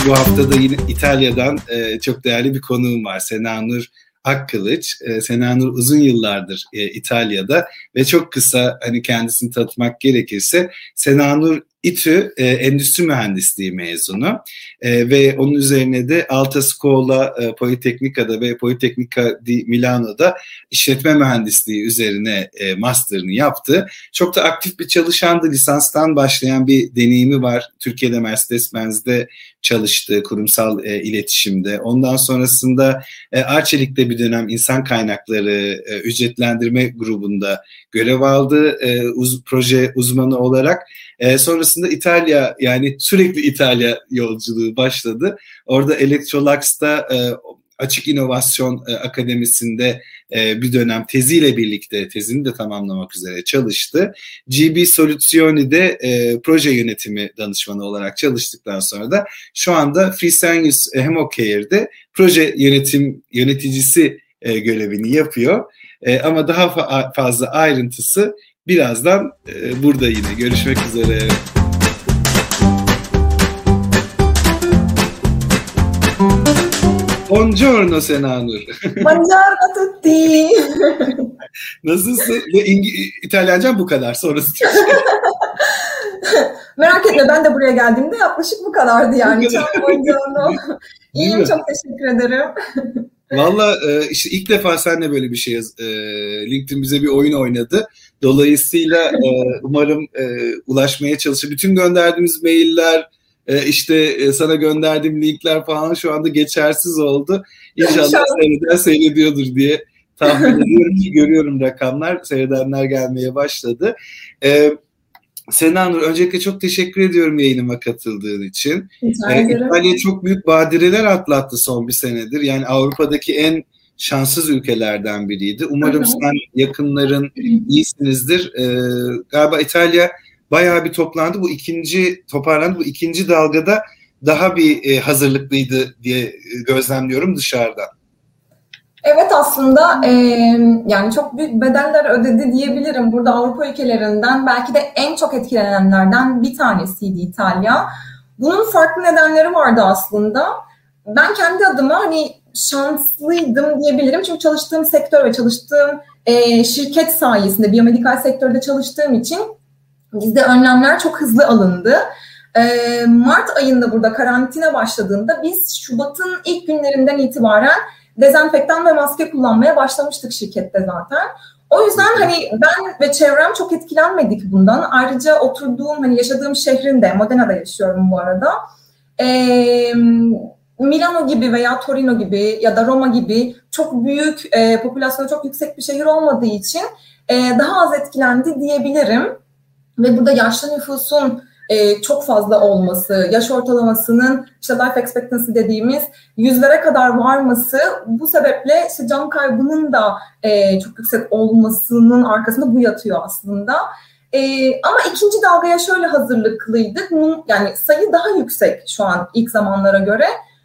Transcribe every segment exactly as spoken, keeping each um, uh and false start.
bu hafta da yine İtalya'dan e, çok değerli bir konuğum var. Senanur Akkılıç. E, Senanur uzun yıllardır e, İtalya'da ve çok kısa hani kendisini tanıtmak gerekirse Senanur İTÜ e, Endüstri Mühendisliği mezunu e, ve onun üzerine de Alta Scuola e, Politecnica'da ve Politecnica di Milano'da işletme mühendisliği üzerine e, master'ını yaptı. Çok da aktif bir çalışandı. Lisanstan başlayan bir deneyimi var. Türkiye'de Mercedes-Benz'de çalıştı, kurumsal e, iletişimde. Ondan sonrasında e, Arçelik'te bir dönem insan kaynakları e, ücretlendirme grubunda görev aldı. E, uz, proje uzmanı olarak. E, sonrasında İtalya, yani sürekli İtalya yolculuğu başladı. Orada Electrolux'ta e, Açık İnovasyon e, Akademisi'nde e, bir dönem teziyle birlikte tezini de tamamlamak üzere çalıştı. G B Soluzioni'de e, proje yönetimi danışmanı olarak çalıştıktan sonra da şu anda Fresenius Hemocare'de proje yönetim yöneticisi e, görevini yapıyor. E, ama daha fa- fazla ayrıntısı birazdan e, burada yine. Görüşmek üzere. Buongiorno Senanur. Buongiorno tutti. Nasılsın? Ve İng- İtalyancan bu kadar. Sonrası Merak etme, ben de buraya geldiğimde yaklaşık bu kadardı yani. Ciao, buongiorno. İyiyim, çok teşekkür ederim. Valla e, işte ilk defa seninle böyle bir şey yaz. E, LinkedIn bize bir oyun oynadı. Dolayısıyla e, umarım e, ulaşmaya çalışır. Bütün gönderdiğimiz mailler, e, işte e, sana gönderdiğim linkler falan şu anda geçersiz oldu. İnşallah seyreden seyrediyordur diye tahmin ediyorum ki görüyorum rakamlar. Seyredenler gelmeye başladı. Evet. Senanur, öncelikle çok teşekkür ediyorum yayınıma katıldığın için. Ee, İtalya çok büyük badireler atlattı son bir senedir. Yani Avrupa'daki en şanssız ülkelerden biriydi. Umarım Hı-hı. sen yakınların iyisinizdir. Ee, galiba İtalya bayağı bir toplandı. Bu ikinci toparlandı. Bu ikinci dalgada daha bir e, hazırlıklıydı diye gözlemliyorum dışarıdan. Evet, aslında e, yani çok büyük bedeller ödedi diyebilirim. Burada Avrupa ülkelerinden belki de en çok etkilenenlerden bir tanesiydi İtalya. Bunun farklı nedenleri vardı aslında. Ben kendi adıma hani şanslıydım diyebilirim. Çünkü çalıştığım sektör ve çalıştığım e, şirket sayesinde biyomedikal sektörde çalıştığım için bizde önlemler çok hızlı alındı. E, Mart ayında burada karantina başladığında biz Şubat'ın ilk günlerinden itibaren dezenfektan ve maske kullanmaya başlamıştık şirkette zaten. O yüzden hani ben ve çevrem çok etkilenmedik bundan. Ayrıca oturduğum, hani yaşadığım şehrin de, Modena'da yaşıyorum bu arada. Ee, Milano gibi veya Torino gibi ya da Roma gibi çok büyük, e, popülasyonu çok yüksek bir şehir olmadığı için e, daha az etkilendi diyebilirim. Ve burada yaşlı nüfusun Ee, çok fazla olması, yaş ortalamasının işte life expectancy dediğimiz yüzlere kadar varması, bu sebeple işte can kaybının da e, çok yüksek olmasının arkasında bu yatıyor aslında. E, ama ikinci dalgaya şöyle hazırlıklıydık. Yani sayı daha yüksek şu an ilk zamanlara göre.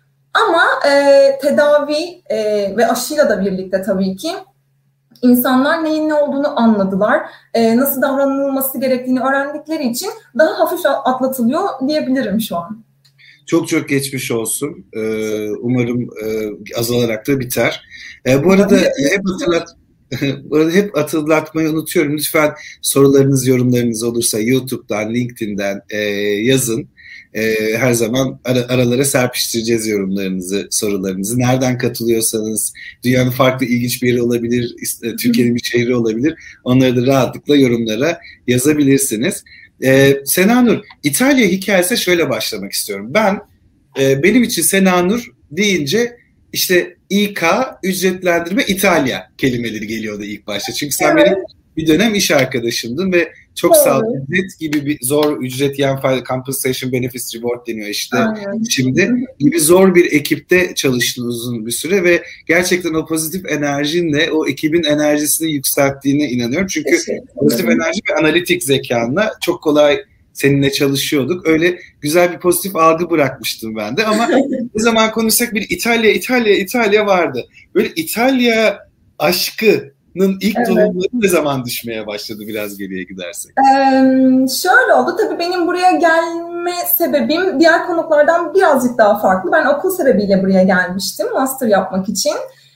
Ama e, tedavi e, ve aşıyla da birlikte tabii ki İnsanlar neyin ne olduğunu anladılar, e, nasıl davranılması gerektiğini öğrendikleri için daha hafif atlatılıyor diyebilirim şu an. Çok çok geçmiş olsun. Ee, umarım e, azalarak da biter. E, bu arada hep hatırlat, bu arada hep hatırlatmayı unutuyorum. Lütfen sorularınız, yorumlarınız olursa YouTube'dan, LinkedIn'den e, yazın. Ee, her zaman ara, aralara serpiştireceğiz yorumlarınızı, sorularınızı. Nereden katılıyorsanız, dünyanın farklı ilginç bir yeri olabilir, Türkiye'nin bir şehri olabilir. Onları da rahatlıkla yorumlara yazabilirsiniz. Ee, Senanur, İtalya hikayesi şöyle başlamak istiyorum. Ben, e, benim için Senanur deyince işte İK, ücretlendirme İtalya kelimeleri geliyordu ilk başta. Çünkü sen evet. benim bir dönem iş arkadaşımdın ve çok evet. sağ ol. Ücret gibi bir zor ücret, yani compensation benefits reward deniyor işte Aynen. şimdi gibi zor bir ekipte çalıştın uzun bir süre ve gerçekten o pozitif enerjinle o ekibin enerjisini yükselttiğine inanıyorum. Çünkü pozitif enerji ve analitik zekanla çok kolay seninle çalışıyorduk. Öyle güzel bir pozitif algı bırakmıştım ben de ama ne zaman konuşsak bir İtalya, İtalya, İtalya vardı. Böyle İtalya aşkı ilk Evet. tohumları ne zaman düşmeye başladı biraz geriye gidersek? Ee, şöyle oldu. Tabii benim buraya gelme sebebim diğer konuklardan birazcık daha farklı. Ben okul sebebiyle buraya gelmiştim master yapmak için.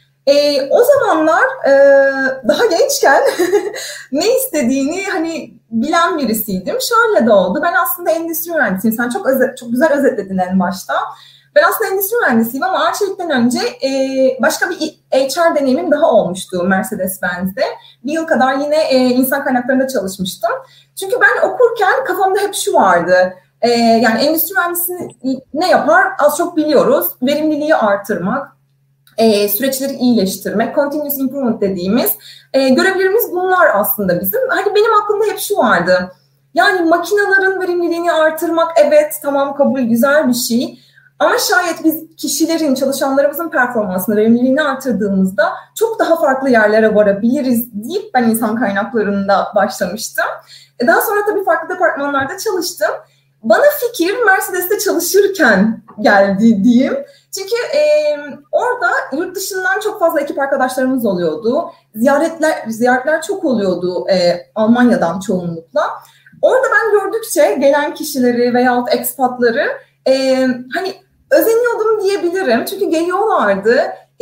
Ee, o zamanlar e, daha gençken ne istediğini hani bilen birisiydim. Şöyle de oldu. Ben aslında endüstri mühendisiyim. Sen çok özet, çok güzel özetledin en başta. Ben aslında endüstri mühendisiyim ama Arçelik'ten önce e, başka bir H R deneyimim daha olmuştu Mercedes-Benz'de. Bir yıl kadar yine e, insan kaynaklarında çalışmıştım. Çünkü ben okurken kafamda hep şu vardı. E, yani endüstri mühendisi ne yapar? Az çok biliyoruz. Verimliliği artırmak, e, süreçleri iyileştirmek, continuous improvement dediğimiz e, görevlerimiz bunlar aslında bizim. Hani benim aklımda hep şu vardı. Yani makinelerin verimliliğini artırmak, evet tamam, kabul, güzel bir şey. Ama şayet biz kişilerin, çalışanlarımızın performansını, verimliliğini artırdığımızda çok daha farklı yerlere varabiliriz deyip ben insan kaynaklarında başlamıştım. Daha sonra tabii farklı departmanlarda çalıştım. Bana fikir Mercedes'te çalışırken geldi diyeyim. Çünkü e, orada yurt dışından çok fazla ekip arkadaşlarımız oluyordu. Ziyaretler ziyaretler çok oluyordu e, Almanya'dan çoğunlukla. Orada ben gördükçe gelen kişileri veyahut ekspatları e, hani özeniyordum diyebilirim. Çünkü geliyorlardı. E,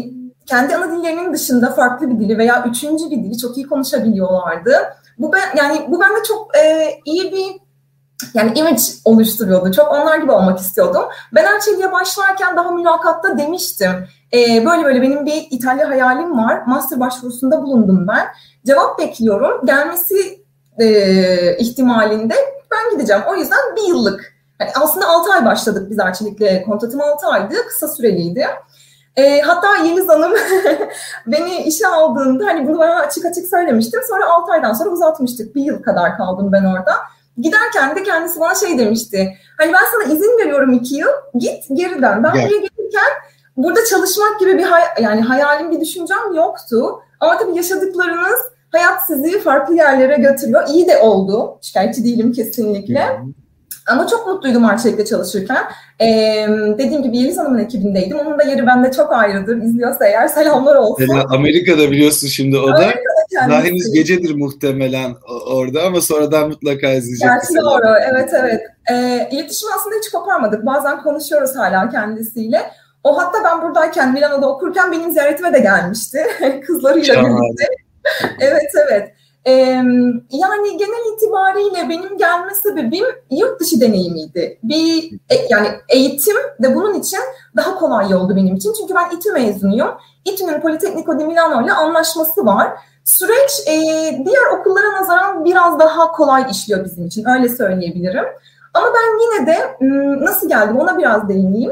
kendi ana dillerinin dışında farklı bir dili veya üçüncü bir dili çok iyi konuşabiliyorlardı. Bu ben yani bu bende çok e, iyi bir yani image oluşturuyordu. Çok onlar gibi olmak istiyordum. Ben Arçelik'e başlarken daha mülakatta demiştim. Ee, böyle böyle benim bir İtalya hayalim var. Master başvurusunda bulundum ben. Cevap bekliyorum. Gelmesi e, ihtimalinde ben gideceğim. O yüzden bir yıllık. Yani aslında altı ay başladık biz Arçelik'le. Kontratım altı aydı. Kısa süreliydi. E, hatta Yeliz Hanım beni işe aldığında hani bunu bana açık açık söylemiştim. Sonra altı aydan sonra uzatmıştık. Bir yıl kadar kaldım ben orada. Giderken de kendisi bana şey demişti. Hani ben sana izin veriyorum iki yıl. Git geri dön. Ben buraya gelirken burada çalışmak gibi bir hay- yani hayalim, bir düşüncem yoktu. Ama tabii yaşadıklarınız hayat sizi farklı yerlere götürüyor. İyi de oldu. Şikayetçi değilim kesinlikle. Hmm. Ama çok mutluydum Arçelik'te çalışırken. Ee, dediğim gibi Yeliz Hanım'ın ekibindeydim. Onun da yeri bende çok ayrıdır. İzliyorsa eğer selamlar olsun. Amerika'da biliyorsun şimdi o da. Daha henüz gecedir muhtemelen orada ama sonradan mutlaka izleyecek. Gerçi doğru, evet evet. Ee, iletişim aslında hiç koparmadık. Bazen konuşuyoruz hala kendisiyle. O hatta ben buradayken, Milano'da okurken benim ziyaretime de gelmişti. Kızlarıyla birlikte. Evet evet. Ee, yani genel itibariyle benim gelme sebebim yurt dışı deneyimiydi. Bir e, yani eğitim de bunun için daha kolay oldu benim için. Çünkü ben İTÜ mezunuyum. İTÜ'nün Politecnico di Milano ile anlaşması var. Süreç e, diğer okullara nazaran biraz daha kolay işliyor bizim için, öyle söyleyebilirim. Ama ben yine de nasıl geldim ona biraz değineyim.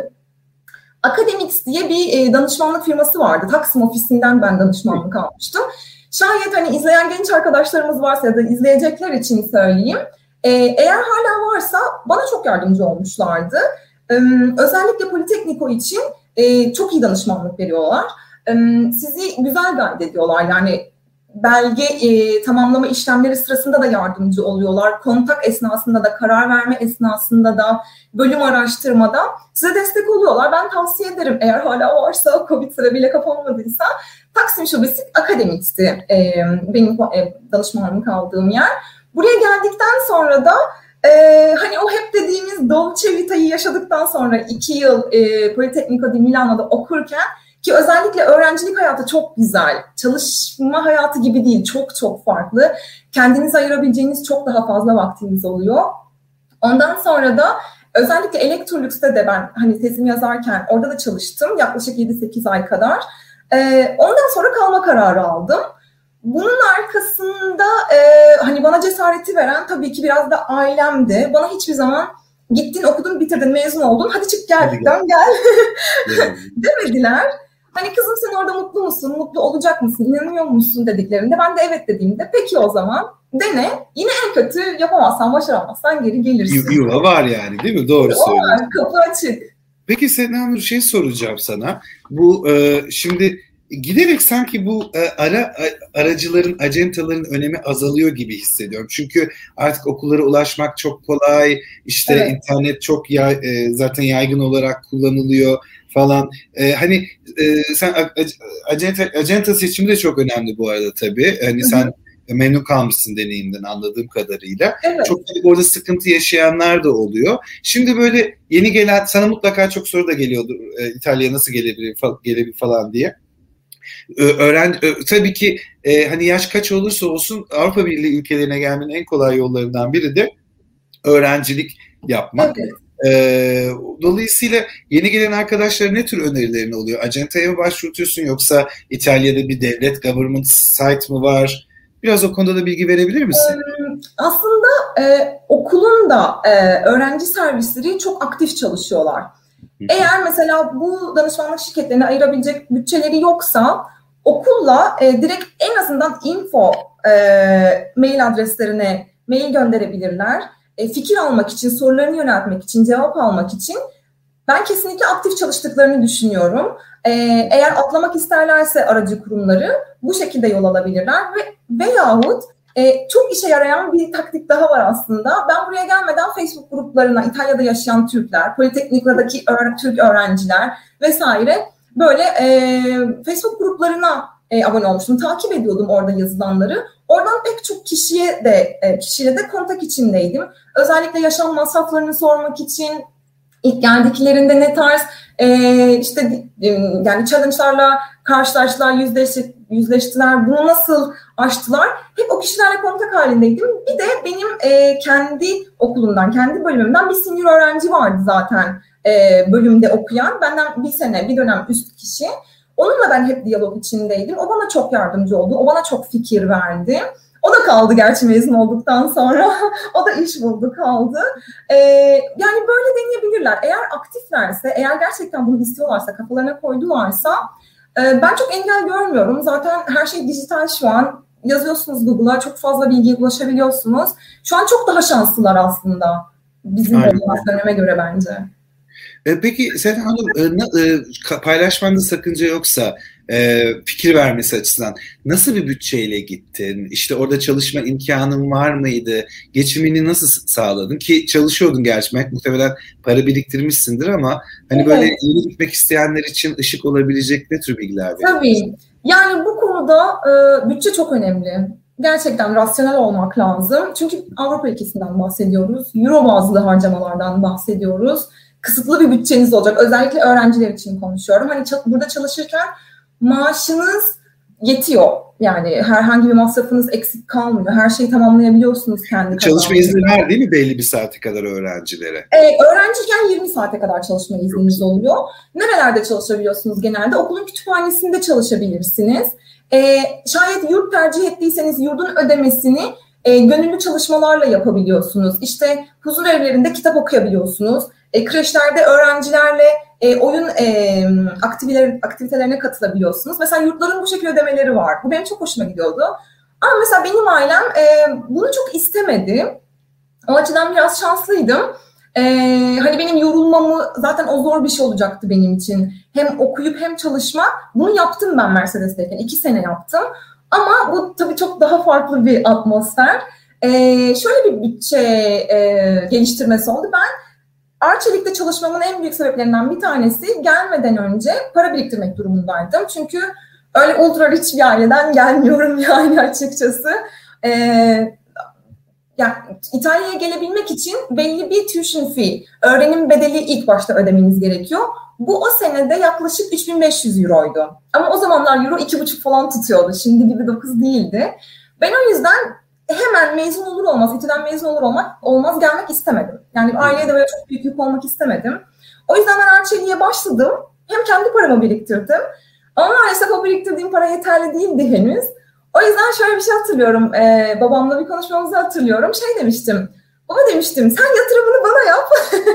Academics diye bir e, danışmanlık firması vardı. Taksim ofisinden ben danışmanlık almıştım. Şayet hani izleyen genç arkadaşlarımız varsa ya da izleyecekler için söyleyeyim. E, eğer hala varsa bana çok yardımcı olmuşlardı. E, özellikle Politecnico için e, çok iyi danışmanlık veriyorlar. E, sizi güzel guide ediyorlar. Yani belge e, tamamlama işlemleri sırasında da yardımcı oluyorlar. Kontak esnasında da, karar verme esnasında da, bölüm araştırmada size destek oluyorlar. Ben tavsiye ederim eğer hala varsa, Covid sebebiyle kapanmadıysa. Taksim Şubesi Academics'ti e, benim e, danışmanlık aldığım yer. Buraya geldikten sonra da e, hani o hep dediğimiz Dolce Vita'yı yaşadıktan sonra iki yıl e, Politecnico di Milano'da okurken, ki özellikle öğrencilik hayatı çok güzel. Çalışma hayatı gibi değil, çok çok farklı. Kendinize ayırabileceğiniz çok daha fazla vaktiniz oluyor. Ondan sonra da özellikle Electrolux'te de ben hani tezimi yazarken orada da çalıştım. Yaklaşık yedi sekiz ay kadar. Ee, ondan sonra kalma kararı aldım. Bunun arkasında e, hani bana cesareti veren tabii ki biraz da ailemdi. Bana hiçbir zaman gittin, okudun, bitirdin, mezun oldun, hadi çık gel, dön gel demediler. Hani kızım sen orada mutlu musun, mutlu olacak mısın, inanıyor musun dediklerinde ben de evet dediğimde peki o zaman dene. Yine en kötü yapamazsan, başaramazsan geri gelirsin. Yuva var yani değil mi? Doğru söylüyorsun. Kapı açık. Peki Sena'nur şey soracağım sana. Bu e, şimdi giderek sanki bu e, ara aracıların, acentaların önemi azalıyor gibi hissediyorum. Çünkü artık okullara ulaşmak çok kolay. İşte evet. internet çok yay, e, zaten yaygın olarak kullanılıyor falan. E, hani e, sen acenta, acenta seçimi de çok önemli bu arada tabii. Hani Hı-hı. sen memnun kalmışsın deneyimden anladığım kadarıyla. Evet. Çok tabii orada sıkıntı yaşayanlar da oluyor. Şimdi böyle yeni gelen, sana mutlaka çok soru da geliyordur. E, İtalya'ya nasıl gelebilir, gelebilir falan diye. Öğren, tabii ki e, hani yaş kaç olursa olsun Avrupa Birliği ülkelerine gelmenin en kolay yollarından biri de öğrencilik yapmak. Evet. E, dolayısıyla yeni gelen arkadaşlara ne tür önerilerin oluyor? Acenta'ya mı başvuruyorsun yoksa İtalya'da bir devlet government site mi var? Biraz o konuda da bilgi verebilir misin? Ee, aslında e, okulun da e, öğrenci servisleri çok aktif çalışıyorlar. Eğer mesela bu danışmanlık şirketlerine ayırabilecek bütçeleri yoksa okulla e, direkt en azından info e, mail adreslerine mail gönderebilirler. E, fikir almak için, sorularını yöneltmek için, cevap almak için ben kesinlikle aktif çalıştıklarını düşünüyorum. E, eğer atlamak isterlerse aracı kurumları bu şekilde yol alabilirler ve veyahut e, çok işe yarayan bir taktik daha var aslında. Ben buraya gelmeden Facebook gruplarına İtalya'da yaşayan Türkler, Politeknika'daki öğren- Türk öğrenciler vesaire böyle e, Facebook gruplarına e, abone olmuştum. Takip ediyordum orada yazılanları. Oradan pek çok kişiye de e, kişiyle de kontak içindeydim. Özellikle yaşam masraflarını sormak için, İlk geldiklerinde ne tarz e, işte e, yani challenge'larla karşılaştılar, yüzleşti, yüzleştiler, bunu nasıl aştılar? Hep o kişilerle kontak halindeydim. Bir de benim e, kendi okulumdan, kendi bölümümden bir senior öğrenci vardı zaten e, bölümde okuyan. Benden bir sene, bir dönem üst kişi. Onunla ben hep diyalog içindeydim. O bana çok yardımcı oldu, o bana çok fikir verdi. O da kaldı gerçi mezun olduktan sonra. O da iş buldu, kaldı. Ee, yani böyle deneyebilirler. Eğer aktiflerse, eğer gerçekten bunu istiyorlarsa, kafalarına koydularsa e, ben çok engel görmüyorum. Zaten her şey dijital şu an. Yazıyorsunuz Google'a, çok fazla bilgiye ulaşabiliyorsunuz. Şu an çok daha şanslılar aslında bizim döneme göre bence. E, peki Sefa Hanım, e, e, paylaşmanda sakınca yoksa e, fikir vermesi açısından nasıl bir bütçeyle gittin? İşte orada çalışma imkanın var mıydı? Geçimini nasıl sağladın? Ki çalışıyordun gerçi, muhtemelen para biriktirmişsindir ama hani evet, böyle yeni gitmek isteyenler için ışık olabilecek ne tür bilgiler veriyorsun? Tabii. Yani bu konuda e, bütçe çok önemli. Gerçekten rasyonel olmak lazım. Çünkü Avrupa ülkesinden bahsediyoruz. Euro bazlı harcamalardan bahsediyoruz. Kısıtlı bir bütçeniz olacak. Özellikle öğrenciler için konuşuyorum. Hani burada çalışırken maaşınız yetiyor. Yani herhangi bir masrafınız eksik kalmıyor. Her şeyi tamamlayabiliyorsunuz kendi Çalışma izni var değil mi belli bir saate kadar öğrencilere? Ee, öğrenciyken yirmi saate kadar çalışma izniniz oluyor. Nerelerde çalışabiliyorsunuz genelde? Okulun kütüphanesinde çalışabilirsiniz. Ee, şayet yurt tercih ettiyseniz yurdun ödemesini e, gönüllü çalışmalarla yapabiliyorsunuz. İşte huzur evlerinde kitap okuyabiliyorsunuz. E, kreşlerde öğrencilerle e, oyun e, aktiviteler, aktivitelerine katılabiliyorsunuz. Mesela yurtların bu şekilde ödemeleri var. Bu benim çok hoşuma gidiyordu. Ama mesela benim ailem e, bunu çok istemedi. O açıdan biraz şanslıydım. E, hani benim yorulmamı, zaten o zor bir şey olacaktı benim için. Hem okuyup hem çalışmak. Bunu yaptım ben Mercedes'teyken. iki sene yaptım. Ama bu tabii çok daha farklı bir atmosfer. E, şöyle bir bütçe e, geliştirmesi oldu. Ben Arçelik'te çalışmamın en büyük sebeplerinden bir tanesi gelmeden önce para biriktirmek durumundaydım. Çünkü öyle ultra rich bir aileden gelmiyorum yani açıkçası. Ee, yani İtalya'ya gelebilmek için belli bir tuition fee, öğrenim bedeli ilk başta ödemeniz gerekiyor. Bu o senede yaklaşık üç bin beş yüz euroydu. Ama o zamanlar euro iki buçuk falan tutuyordu. Şimdi gibi dokuz değildi. Ben o yüzden hemen mezun olur olmaz, İTÜ'den mezun olur olmak, olmaz gelmek istemedim. Yani aileye de böyle çok büyük yük olmak istemedim. O yüzden ben Arçelik'e başladım. Hem kendi paramı biriktirdim. Ama maalesef o biriktirdiğim para yeterli değildi henüz. O yüzden şöyle bir şey hatırlıyorum. Ee, babamla bir konuşmamızı hatırlıyorum. Şey demiştim. Baba demiştim, sen yatırımını bana yap.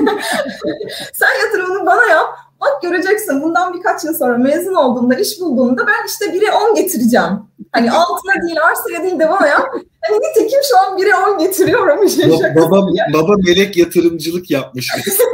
Sen yatırımını bana yap. Bak göreceksin, bundan birkaç yıl sonra mezun olduğumda, iş bulduğumda ben işte bire on getireceğim. Hani altına değil, arsaya değil de bana yap. Hani nitekim şu an bire on getiriyorum. Baba, baba melek yatırımcılık yapmış.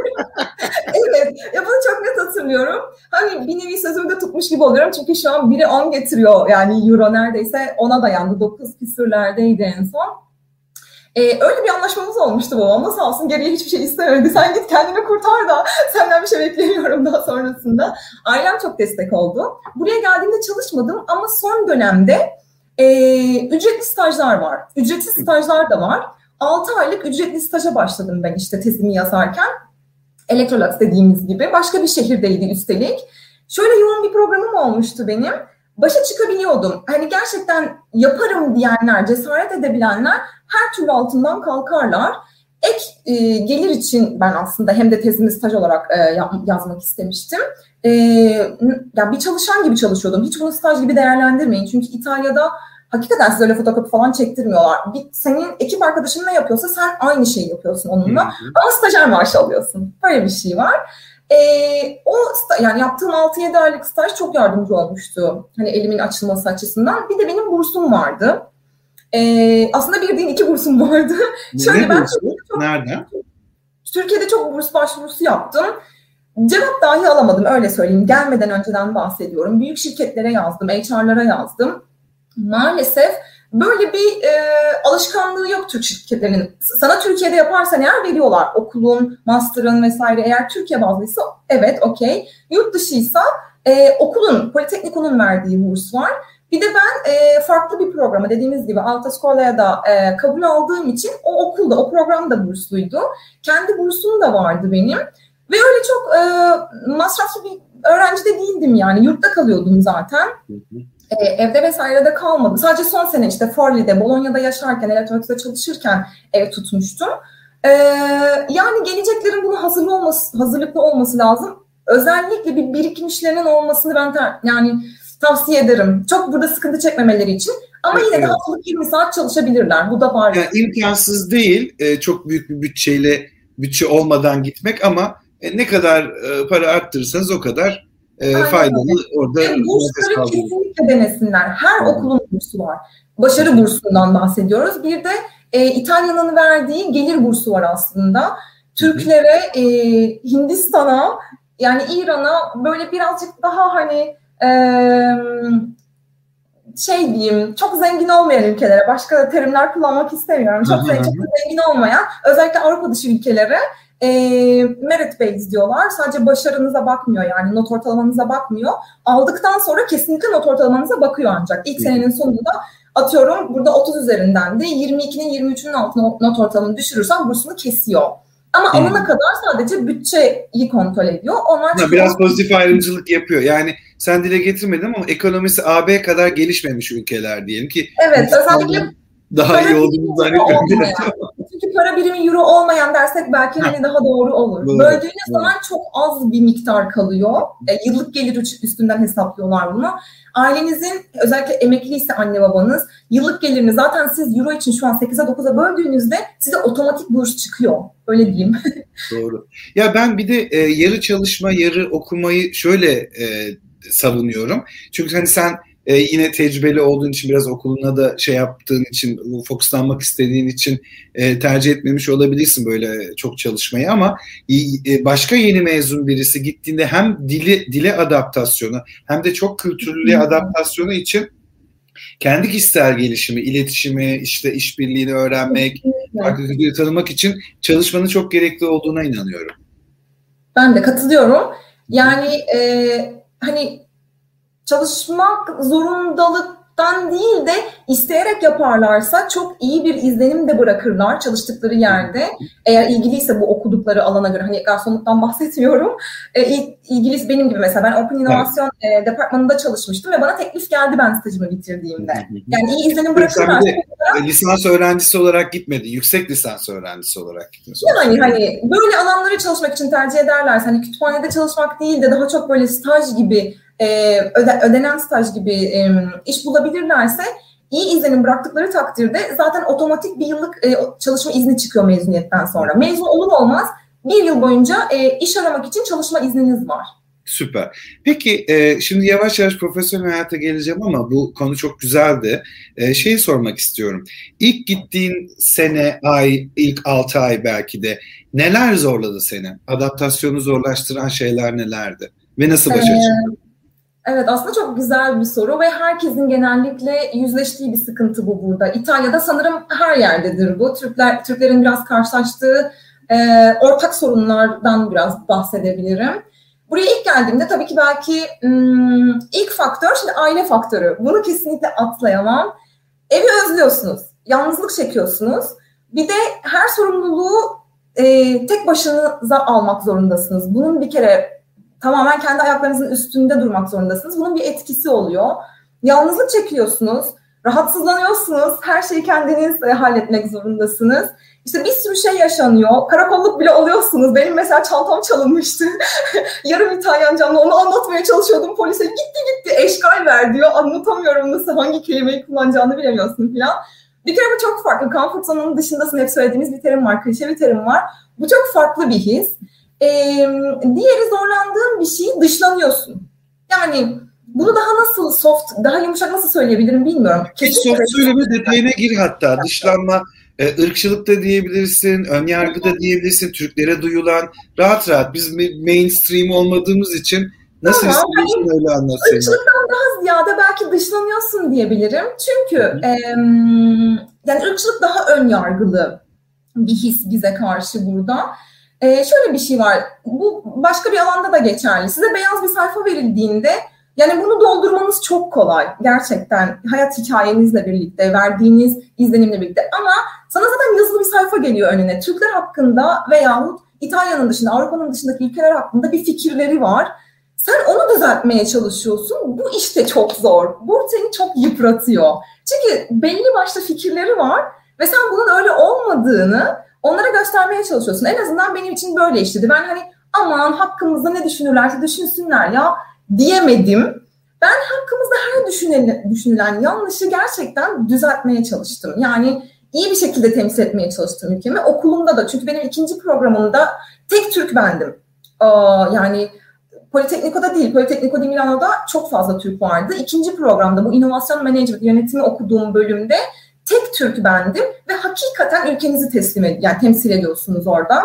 Evet, ya bunu çok net hatırlıyorum. Hani bir nevi sözümü de tutmuş gibi oluyorum. Çünkü şu an bire on getiriyor. Yani euro neredeyse ona dayandı. dokuz küsürlerdeydi en son. Ee, öyle bir anlaşmamız olmuştu babamla, sağ olsun geriye hiçbir şey istemedi. Sen git kendini kurtar da senden bir şey beklemiyorum daha sonrasında. Ailem çok destek oldu. Buraya geldiğimde çalışmadım ama son dönemde e, ücretli stajlar var. Ücretsiz stajlar da var. altı aylık ücretli staja başladım ben işte tezimi yazarken. Electrolux dediğimiz gibi. Başka bir şehirdeydi üstelik. Şöyle yoğun bir programım olmuştu benim. Başa çıkabiliyordum. Hani gerçekten yaparım diyenler, cesaret edebilenler her türlü altından kalkarlar. Ek e, gelir için ben aslında hem de tezimi staj olarak e, yazmak istemiştim. E, ya bir çalışan gibi çalışıyordum. Hiç bunu staj gibi değerlendirmeyin. Çünkü İtalya'da hakikaten size öyle fotokopi falan çektirmiyorlar. Bir, senin ekip arkadaşın ne yapıyorsa sen aynı şeyi yapıyorsun onunla. Hı hı. Ama stajyer maaşı alıyorsun. Böyle bir şey var. Ee, o yani yaptığım altı yedi aylık staj çok yardımcı olmuştu. Hani elimin açılması açısından. Bir de benim bursum vardı. Ee, aslında bir değil iki bursum vardı. Ne Şöyle ben çok, nerede? Türkiye'de çok burs başvurusu yaptım. Cevap dahi alamadım, öyle söyleyeyim. Gelmeden önceden bahsediyorum. Büyük şirketlere yazdım, H R'lara yazdım. Maalesef böyle bir e, alışkanlığı yok Türk şirketlerinin. Sana Türkiye'de yaparsan eğer veriyorlar. Okulun, master'ın vesaire eğer Türkiye bazlıysa evet okey. Yurt dışıysa e, okulun, Politeknikum'un verdiği burs var. Bir de ben e, farklı bir programa dediğimiz gibi Alta Scola'ya da e, kabul aldığım için o okulda, o program da bursluydu. Kendi bursum da vardı benim. Ve öyle çok e, masraflı bir öğrenci de değildim yani. Yurtta kalıyordum zaten. Hı hı. Ee, evde vesairede kalmadım. Sadece son sene işte Forli'de, Bologna'da yaşarken, Electrolux'ta çalışırken ev tutmuştum. Ee, yani geleceklerin bunu hazırlı olması, hazırlıklı olması lazım. Özellikle bir birikmişlerinin olmasını ben ter, yani tavsiye ederim. Çok burada sıkıntı çekmemeleri için. Ama yine de haftalık yirmi saat çalışabilirler. Bu da var. Yani imkansız değil. Ee, çok büyük bir bütçeyle, bütçe olmadan gitmek ama e, ne kadar e, para arttırırsanız o kadar E, faydalı orada. Yani bursları kesinlikle denesinler. Her okulun bursu var. Başarı bursundan bahsediyoruz. Bir de e, İtalya'nın verdiği gelir bursu var aslında. Türklere, e, Hindistan'a, yani İran'a böyle birazcık daha hani e, şey diyeyim, çok zengin olmayan ülkelere, başka terimler kullanmak istemiyorum. Çok zengin, çok zengin olmayan, özellikle Avrupa dışı ülkelere E, merit based diyorlar. Sadece başarınıza bakmıyor, yani not ortalamanıza bakmıyor. Aldıktan sonra kesinlikle not ortalamanıza bakıyor ancak. İlk senenin sonunda atıyorum burada otuz üzerinden de yirmi ikinin yirmi üçünün altına not ortalamanı düşürürsen bursunu kesiyor. Ama hmm. alana kadar sadece bütçeyi kontrol ediyor. Onlar ha, biraz pozitif ayrımcılık yapıyor. Yani sen dile getirmedin ama ekonomisi A B kadar gelişmemiş ülkeler diyelim ki. Evet, özellikle daha iyi olduğunu zannediyorum. Çünkü para birimi euro olmayan dersek belki hani daha doğru olur. Doğru, Böldüğünüz doğru. zaman çok az bir miktar kalıyor. E, yıllık gelir üstünden hesaplıyorlar bunu. Ailenizin, özellikle emekliyse anne babanız, yıllık gelirini zaten siz euro için şu an sekize dokuza böldüğünüzde size otomatik burs çıkıyor. Öyle diyeyim. Doğru. Ya ben bir de e, yarı çalışma, yarı okumayı şöyle e, savunuyorum. Çünkü hani sen Ee, yine tecrübeli olduğun için, biraz okuluna da şey yaptığın için, fokuslanmak istediğin için e, tercih etmemiş olabilirsin böyle çok çalışmayı ama e, başka yeni mezun birisi gittiğinde hem dili, dile adaptasyonu hem de çok kültürlüğe adaptasyonu için kendi kişisel gelişimi, iletişimi, işte işbirliğini öğrenmek, farklı kültürü tanımak için çalışmanın çok gerekli olduğuna inanıyorum. Ben de katılıyorum. Yani e, hani çalışmak zorundalıktan değil de isteyerek yaparlarsa çok iyi bir izlenim de bırakırlar çalıştıkları yerde. Eğer ilgiliyse bu okudukları alana göre, hani garsonluktan bahsetmiyorum. E, ilgiliyse benim gibi mesela ben Open İnovasyon evet. e, departmanında çalışmıştım ve bana teklif geldi ben stajımı bitirdiğimde. Yani iyi izlenim bırakırlar. Sen lisans öğrencisi olarak gitmedin, yüksek lisans öğrencisi olarak gittin. Yani hani böyle alanları çalışmak için tercih ederlerse, hani kütüphanede çalışmak değil de daha çok böyle staj gibi, Ee, öde, ödenen staj gibi e, iş bulabilirlerse, iyi izlenim bıraktıkları takdirde zaten otomatik bir yıllık e, çalışma izni çıkıyor mezuniyetten sonra. Mezun olur olmaz bir yıl boyunca e, iş aramak için çalışma izniniz var. Süper. Peki e, şimdi yavaş yavaş profesyonel hayata geleceğim ama bu konu çok güzeldi. E, şeyi sormak istiyorum. İlk gittiğin sene, ay, ilk altı ay belki de neler zorladı seni? Adaptasyonu zorlaştıran şeyler nelerdi? Ve nasıl başa çıktın? Ee, Evet, aslında çok güzel bir soru ve herkesin genellikle yüzleştiği bir sıkıntı bu burada. İtalya'da sanırım her yerdedir bu. Türkler, Türklerin biraz karşılaştığı e, ortak sorunlardan biraz bahsedebilirim. Buraya ilk geldiğimde tabii ki belki ım, ilk faktör şimdi aile faktörü. Bunu kesinlikle atlayamam. Evi özlüyorsunuz, yalnızlık çekiyorsunuz. Bir de her sorumluluğu e, tek başınıza almak zorundasınız. Bunun bir kere tamamen kendi ayaklarınızın üstünde durmak zorundasınız. Bunun bir etkisi oluyor. Yalnızlık çekiyorsunuz, rahatsızlanıyorsunuz, her şeyi kendiniz e, halletmek zorundasınız. İşte bir sürü şey yaşanıyor. Karakolluk bile oluyorsunuz. Benim mesela çantam çalınmıştı. Yarım İtalyancamla onu anlatmaya çalışıyordum. Polise gitti gitti eşkal ver diyor. Anlatamıyorum nasıl, hangi kelimeyi kullanacağını bilemiyorsun falan. Bir kere bu çok farklı. Comfort zone'un dışındasın. Hep söylediğimiz bir terim var. Klişe bir terim var. Bu çok farklı bir his. Ee, diğeri zorlandığın bir şeyi dışlanıyorsun. Yani bunu daha nasıl soft, daha yumuşak nasıl söyleyebilirim bilmiyorum. Hiç soft söyleme detayına gir hatta. Dışlanma, e, ırkçılık da diyebilirsin, önyargı da diyebilirsin, Türklere duyulan. Rahat rahat biz mainstream olmadığımız için nasıl tamam, hissediyorsun hani, öyle anlatsın. Irkçılıktan daha ziyade belki dışlanıyorsun diyebilirim. Çünkü e, yani ırkçılık daha önyargılı bir his bize karşı burada. E, şöyle bir şey var, bu başka bir alanda da geçerli. Size beyaz bir sayfa verildiğinde yani bunu doldurmanız çok kolay gerçekten hayat hikayenizle birlikte, verdiğiniz izlenimle birlikte, ama sana zaten yazılı bir sayfa geliyor önüne. Türkler hakkında veyahut İtalya'nın dışında, Avrupa'nın dışındaki ülkeler hakkında bir fikirleri var. Sen onu düzeltmeye çalışıyorsun. Bu işte çok zor. Bu seni çok yıpratıyor. Çünkü belli başlı fikirleri var ve sen bunun öyle olmadığını onlara göstermeye çalışıyorsun. En azından benim için böyle işledi. Ben hani aman hakkımızda ne düşünürlerse düşünsünler ya diyemedim. Ben hakkımızda her düşünülen, düşünülen yanlışı gerçekten düzeltmeye çalıştım. Yani iyi bir şekilde temsil etmeye çalıştım ülkemi. Okulumda da, çünkü benim ikinci programımda tek Türk bendim. Aa, yani Politecnico'da değil, Politecnico di Milano'da çok fazla Türk vardı. İkinci programda bu inovasyon management yönetimi okuduğum bölümde tek Türk bendim ve hakikaten ülkenizi teslim ed- yani temsil ediyorsunuz orada.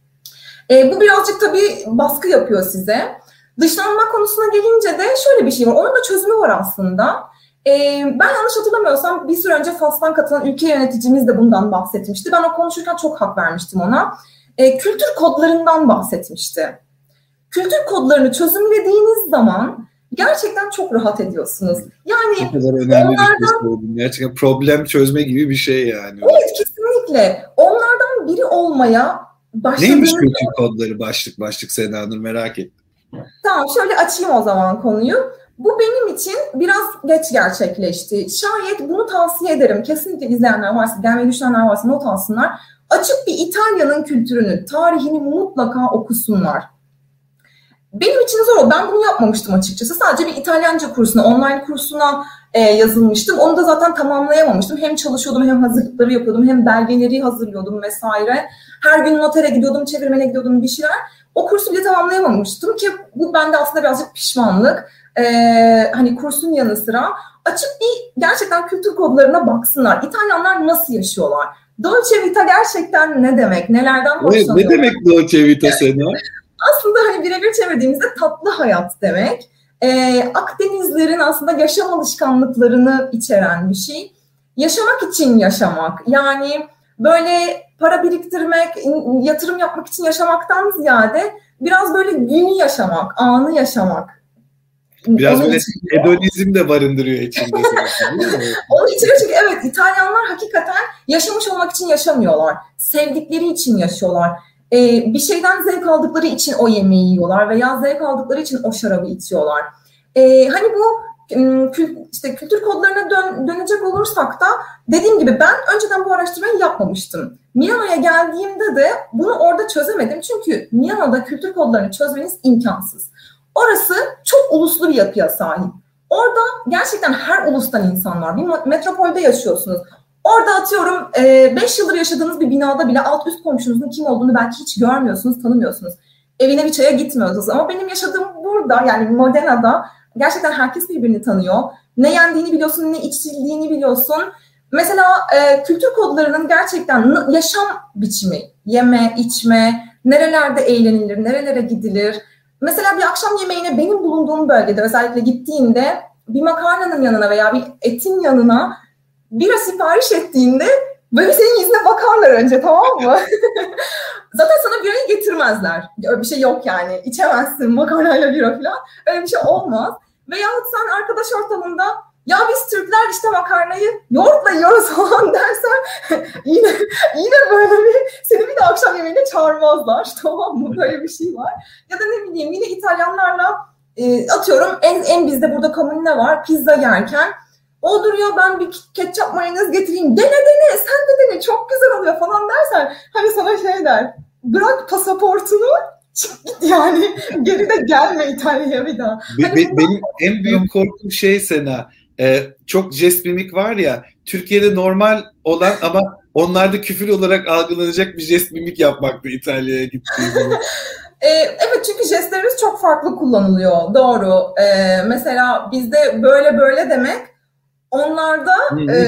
E, bu birazcık tabii baskı yapıyor size. Dışlanma konusuna gelince de şöyle bir şey var. Onun da çözümü var aslında. E, ben yanlış hatırlamıyorsam bir süre önce Fas'tan katılan ülke yöneticimiz de bundan bahsetmişti. Ben o konuşurken çok hak vermiştim ona. E, kültür kodlarından bahsetmişti. Kültür kodlarını çözümlediğiniz zaman gerçekten çok rahat ediyorsunuz. Yani ne kadar önemli onlardan, bir şey söyledim. Gerçekten problem çözme gibi bir şey yani. Evet, kesinlikle. Onlardan biri olmaya başladığınız... Neymiş kültür kodları başlık başlık Sena Nur, merak ettim. Tamam, şöyle açayım o zaman konuyu. Bu benim için biraz geç gerçekleşti. Şayet bunu tavsiye ederim. Kesinlikle izleyenler varsa, gelmeyi düşünenler varsa not alsınlar. Açıp bir İtalya'nın kültürünü, tarihini mutlaka okusunlar. Benim için zor oldu. Ben bunu yapmamıştım açıkçası. Sadece bir İtalyanca kursuna, online kursuna e, yazılmıştım. Onu da zaten tamamlayamamıştım. Hem çalışıyordum, hem hazırlıkları yapıyordum, hem belgeleri hazırlıyordum vesaire. Her gün notere gidiyordum, çevirmene gidiyordum, bir şeyler. O kursu bile tamamlayamamıştım ki bu bende aslında birazcık pişmanlık. Ee, hani kursun yanı sıra açıp bir gerçekten kültür kodlarına baksınlar. İtalyanlar nasıl yaşıyorlar? Dolce Vita gerçekten ne demek? Nelerden hoşlanıyorlar? Ne demek Dolce Vita Sena? Aslında hani birebir çevirdiğimizde tatlı hayat demek. Ee, Akdenizlerin aslında yaşam alışkanlıklarını içeren bir şey. Yaşamak için yaşamak. Yani böyle para biriktirmek, yatırım yapmak için yaşamaktan ziyade biraz böyle günü yaşamak, anı yaşamak. Biraz böyle hedonizm de barındırıyor içinde. Onun içine, çünkü evet, İtalyanlar hakikaten yaşamış olmak için yaşamıyorlar. Sevdikleri için yaşıyorlar. Ee, bir şeyden zevk aldıkları için o yemeği yiyorlar veya zevk aldıkları için o şarabı içiyorlar. Ee, hani bu kül, işte kültür kodlarına dön, dönecek olursak da dediğim gibi ben önceden bu araştırmayı yapmamıştım. Milano'ya geldiğimde de bunu orada çözemedim. Çünkü Milano'da kültür kodlarını çözmeniz imkansız. Orası çok uluslu bir yapıya sahip. Orada gerçekten her ulustan insan var. Bir metropolde yaşıyorsunuz. Orada atıyorum beş yıldır yaşadığınız bir binada bile alt üst komşunuzun kim olduğunu belki hiç görmüyorsunuz, tanımıyorsunuz. Evine bir çaya gitmiyorsunuz. Ama benim yaşadığım burada, yani Modena'da gerçekten herkes birbirini tanıyor. Ne yendiğini biliyorsun, ne içildiğini biliyorsun. Mesela e, kültür kodlarının gerçekten yaşam biçimi, yeme, içme, nerelerde eğlenilir, nerelere gidilir. mesela bir akşam yemeğine benim bulunduğum bölgede özellikle gittiğinde bir makarnanın yanına veya bir etin yanına bira sipariş ettiğinde böyle senin yüzüne bakarlar önce, tamam mı? Zaten sana birayı getirmezler. Öyle bir şey yok yani. İçemezsin makarnayla bira falan. Öyle bir şey olmaz. Veyahut sen arkadaş ortamında ya biz Türkler işte makarnayı yoğurtla yiyoruz falan dersen yine yine böyle bir seni bir de akşam yemeğine çağırmazlar. Tamam mı? Böyle bir şey var. Ya da ne bileyim yine İtalyanlarla e, atıyorum en, en bizde burada komün ne var? Pizza yerken o duruyor ben bir ketçap mayonez getireyim. Dene dene sen de dene çok güzel oluyor falan dersen hani sana şey der. Bırak pasaportunu çık git yani. Geri de gelme İtalya'ya bir daha. Be, Hani be, benim en büyük korkum şey Sena. E, çok jest mimik var ya. Türkiye'de normal olan ama onlarda küfür olarak algılanacak bir jest mimik yapmaktı İtalya'ya gittiğimde. Ee, evet çünkü jestlerimiz çok farklı kullanılıyor. Doğru. Ee, mesela bizde böyle böyle demek onlarda e,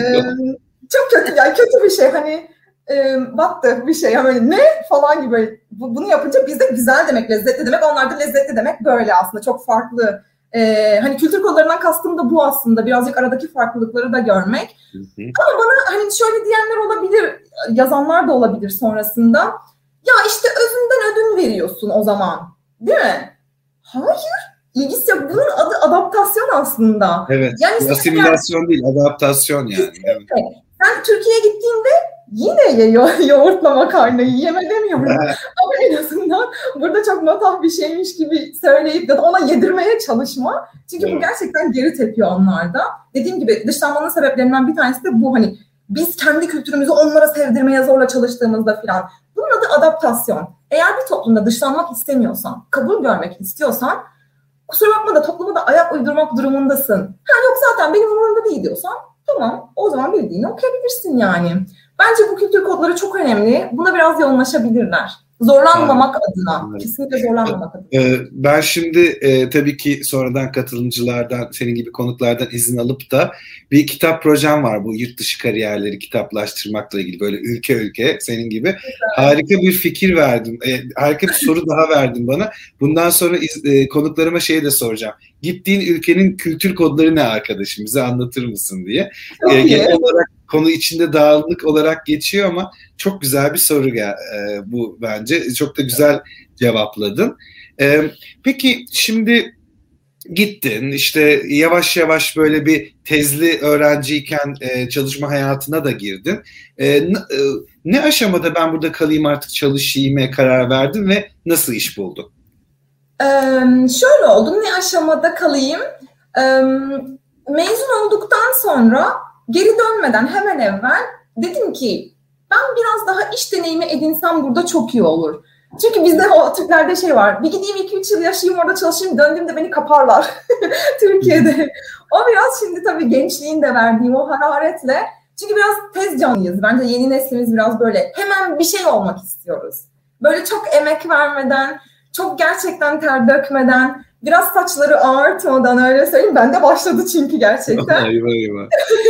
çok kötü yani kötü bir şey. Hani e, baktı bir şey yani ne falan gibi böyle. Bunu yapınca bizde güzel demek, lezzetli demek. Onlarda lezzetli demek böyle aslında çok farklı. Ee, hani kültür kodlarından kastım da bu aslında. Birazcık aradaki farklılıkları da görmek. Hı hı. Ama bana hani şöyle diyenler olabilir, yazanlar da olabilir sonrasında. Ya işte özünden ödün veriyorsun o zaman. Değil mi? Hayır. İlgisi yok. Bunun adı adaptasyon aslında. Evet. Yani asimilasyon yani, değil, adaptasyon yani. Evet. Sen Türkiye'ye gittiğinde yine ye yo- yoğurtla makarnayı yeme demiyorum. Ama en azından burada çok matah bir şeymiş gibi söyleyip ya da ona yedirmeye çalışma. Çünkü evet. Bu gerçekten geri tepiyor onlarda. Dediğim gibi dışlanmanın sebeplerinden bir tanesi de bu. Hani biz kendi kültürümüzü onlara sevdirmeye zorla çalıştığımızda falan. Bunun adı adaptasyon. Eğer bir toplumda dışlanmak istemiyorsan, kabul görmek istiyorsan kusura bakma da topluma da ayak uydurmak durumundasın. Ha yok zaten benim umurumda değil diyorsan tamam o zaman bildiğini okuyabilirsin yani. Bence bu kültür kodları çok önemli. Buna biraz yoğunlaşabilirler. Zorlanmamak evet. adına. Evet. Kesinlikle zorlanmamak adına. Ben şimdi e, tabii ki sonradan katılımcılardan, senin gibi konuklardan izin alıp da bir kitap projem var. Bu yurt dışı kariyerleri kitaplaştırmakla ilgili böyle ülke ülke senin gibi. Evet. Harika bir fikir verdin. E, harika bir soru daha verdin bana. Bundan sonra iz, e, konuklarıma şey de soracağım. Gittiğin ülkenin kültür kodları ne arkadaşım? Bize anlatır mısın diye. E, genel olarak konu içinde dağınık olarak geçiyor ama çok güzel bir soru e, bu bence. Çok da güzel cevapladın. E, peki şimdi gittin işte yavaş yavaş böyle bir tezli öğrenciyken e, çalışma hayatına da girdin. E, e, ne aşamada ben burada kalayım artık çalışayım'a karar verdin ve nasıl iş buldun? Ee, şöyle oldu. Ne aşamada kalayım? Ee, mezun olduktan sonra geri dönmeden hemen evvel dedim ki ben biraz daha iş deneyimi edinsem burada çok iyi olur. Çünkü bizde o Türklerde şey var. Bir gideyim iki üç yıl yaşayayım orada çalışayım döndüğümde beni kaparlar Türkiye'de. O biraz şimdi tabii gençliğin de verdiğim o hararetle. Çünkü biraz tez canlıyız. Bence yeni neslimiz biraz böyle hemen bir şey olmak istiyoruz. Böyle çok emek vermeden, çok gerçekten ter dökmeden, biraz saçları ağartmadan öyle söyleyeyim. Ben de başladı çünkü gerçekten. Eyvah eyvah.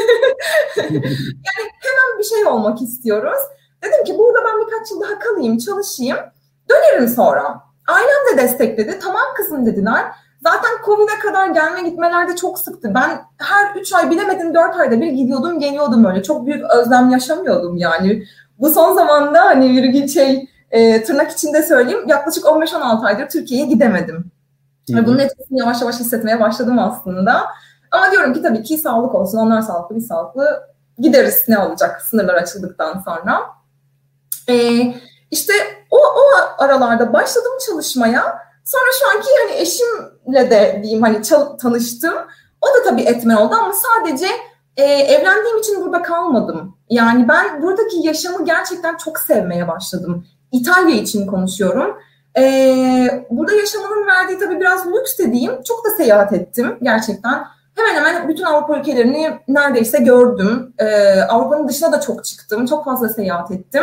Yani hemen bir şey olmak istiyoruz. Dedim ki burada ben birkaç yıl daha kalayım, çalışayım. Dönerim sonra. Ailem de destekledi. Tamam kızım dediler. Zaten Covid'e kadar gelme gitmeler de çok sıktı. Ben her üç ay bilemedim dört ayda bir gidiyordum geliyordum öyle. Çok büyük özlem yaşamıyordum yani. Bu son zamanda hani bir şey e, tırnak içinde söyleyeyim yaklaşık on beş on altı aydır Türkiye'ye gidemedim. Ve bunun etkisini yavaş yavaş hissetmeye başladım aslında. Ama diyorum ki tabii ki sağlık olsun. Onlar sağlıklı, biz sağlıklı. Gideriz ne olacak sınırlar açıldıktan sonra. Ee, işte o, o aralarda başladım çalışmaya. Sonra şu anki hani eşimle de diyeyim hani çal- tanıştım. O da tabii etmen oldu ama sadece e, evlendiğim için burada kalmadım. Yani ben buradaki yaşamı gerçekten çok sevmeye başladım. İtalya için konuşuyorum. Ee, burada yaşamanın verdiği tabii biraz lüks de diyeyim. Çok da seyahat ettim gerçekten. Hemen hemen bütün Avrupa ülkelerini neredeyse gördüm. Ee, Avrupa'nın dışına da çok çıktım. Çok fazla seyahat ettim.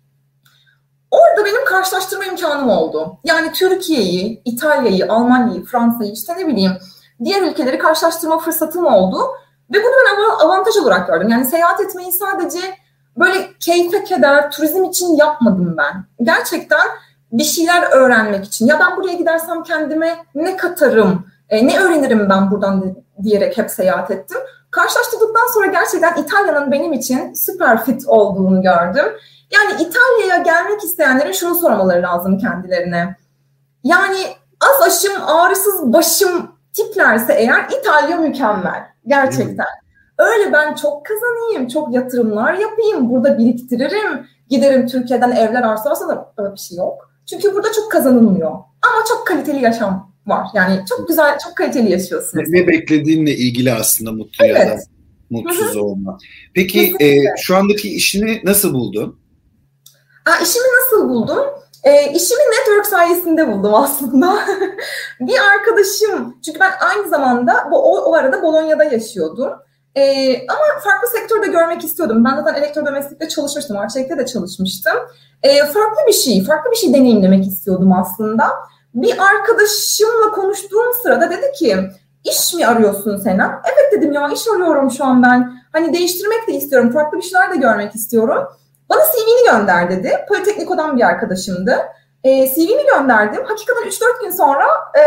Orada benim karşılaştırma imkanım oldu. Yani Türkiye'yi, İtalya'yı, Almanya'yı, Fransa'yı işte ne bileyim diğer ülkeleri karşılaştırma fırsatım oldu. Ve bunu ben avantaj olarak gördüm. Yani seyahat etmeyi sadece böyle keyfe keder, turizm için yapmadım ben. Gerçekten bir şeyler öğrenmek için. Ya ben buraya gidersem kendime ne katarım, e, ne öğrenirim ben buradan diyerek hep seyahat ettim. Karşılaştırdıktan sonra gerçekten İtalya'nın benim için süper fit olduğunu gördüm. Yani İtalya'ya gelmek isteyenlerin şunu sormaları lazım kendilerine. Yani az aşım, ağrısız başım tiplerse eğer İtalya mükemmel. Gerçekten. Öyle ben çok kazanayım, çok yatırımlar yapayım, burada biriktiririm, giderim Türkiye'den evler arsa alsam öyle bir şey yok. Çünkü burada çok kazanılmıyor. Ama çok kaliteli yaşam var. Yani çok güzel, çok kaliteli yaşıyorsunuz. Ne beklediğinle ilgili aslında mutlu evet. ya da mutsuz Hı-hı. olma. Peki e, şu andaki işini nasıl buldun? Aa, işimi nasıl buldum? E, işimi network sayesinde buldum aslında. Bir arkadaşım, çünkü ben aynı zamanda o, o arada Bolonya'da yaşıyordum. E, ama farklı sektörde görmek istiyordum. Ben zaten elektrodomestikte çalışmıştım, Arçelik'te de çalışmıştım. E, farklı bir şey, farklı bir şey deneyimlemek istiyordum aslında. Bir arkadaşımla konuştuğum sırada dedi ki, iş mi arıyorsun Sena? Evet dedim ya, iş arıyorum şu an ben. Hani değiştirmek de istiyorum, farklı bir şeyler de görmek istiyorum. Bana C V'ni gönder dedi. Politecnico'dan bir arkadaşımdı. E, C V'ni gönderdim. Hakikaten üç dört gün sonra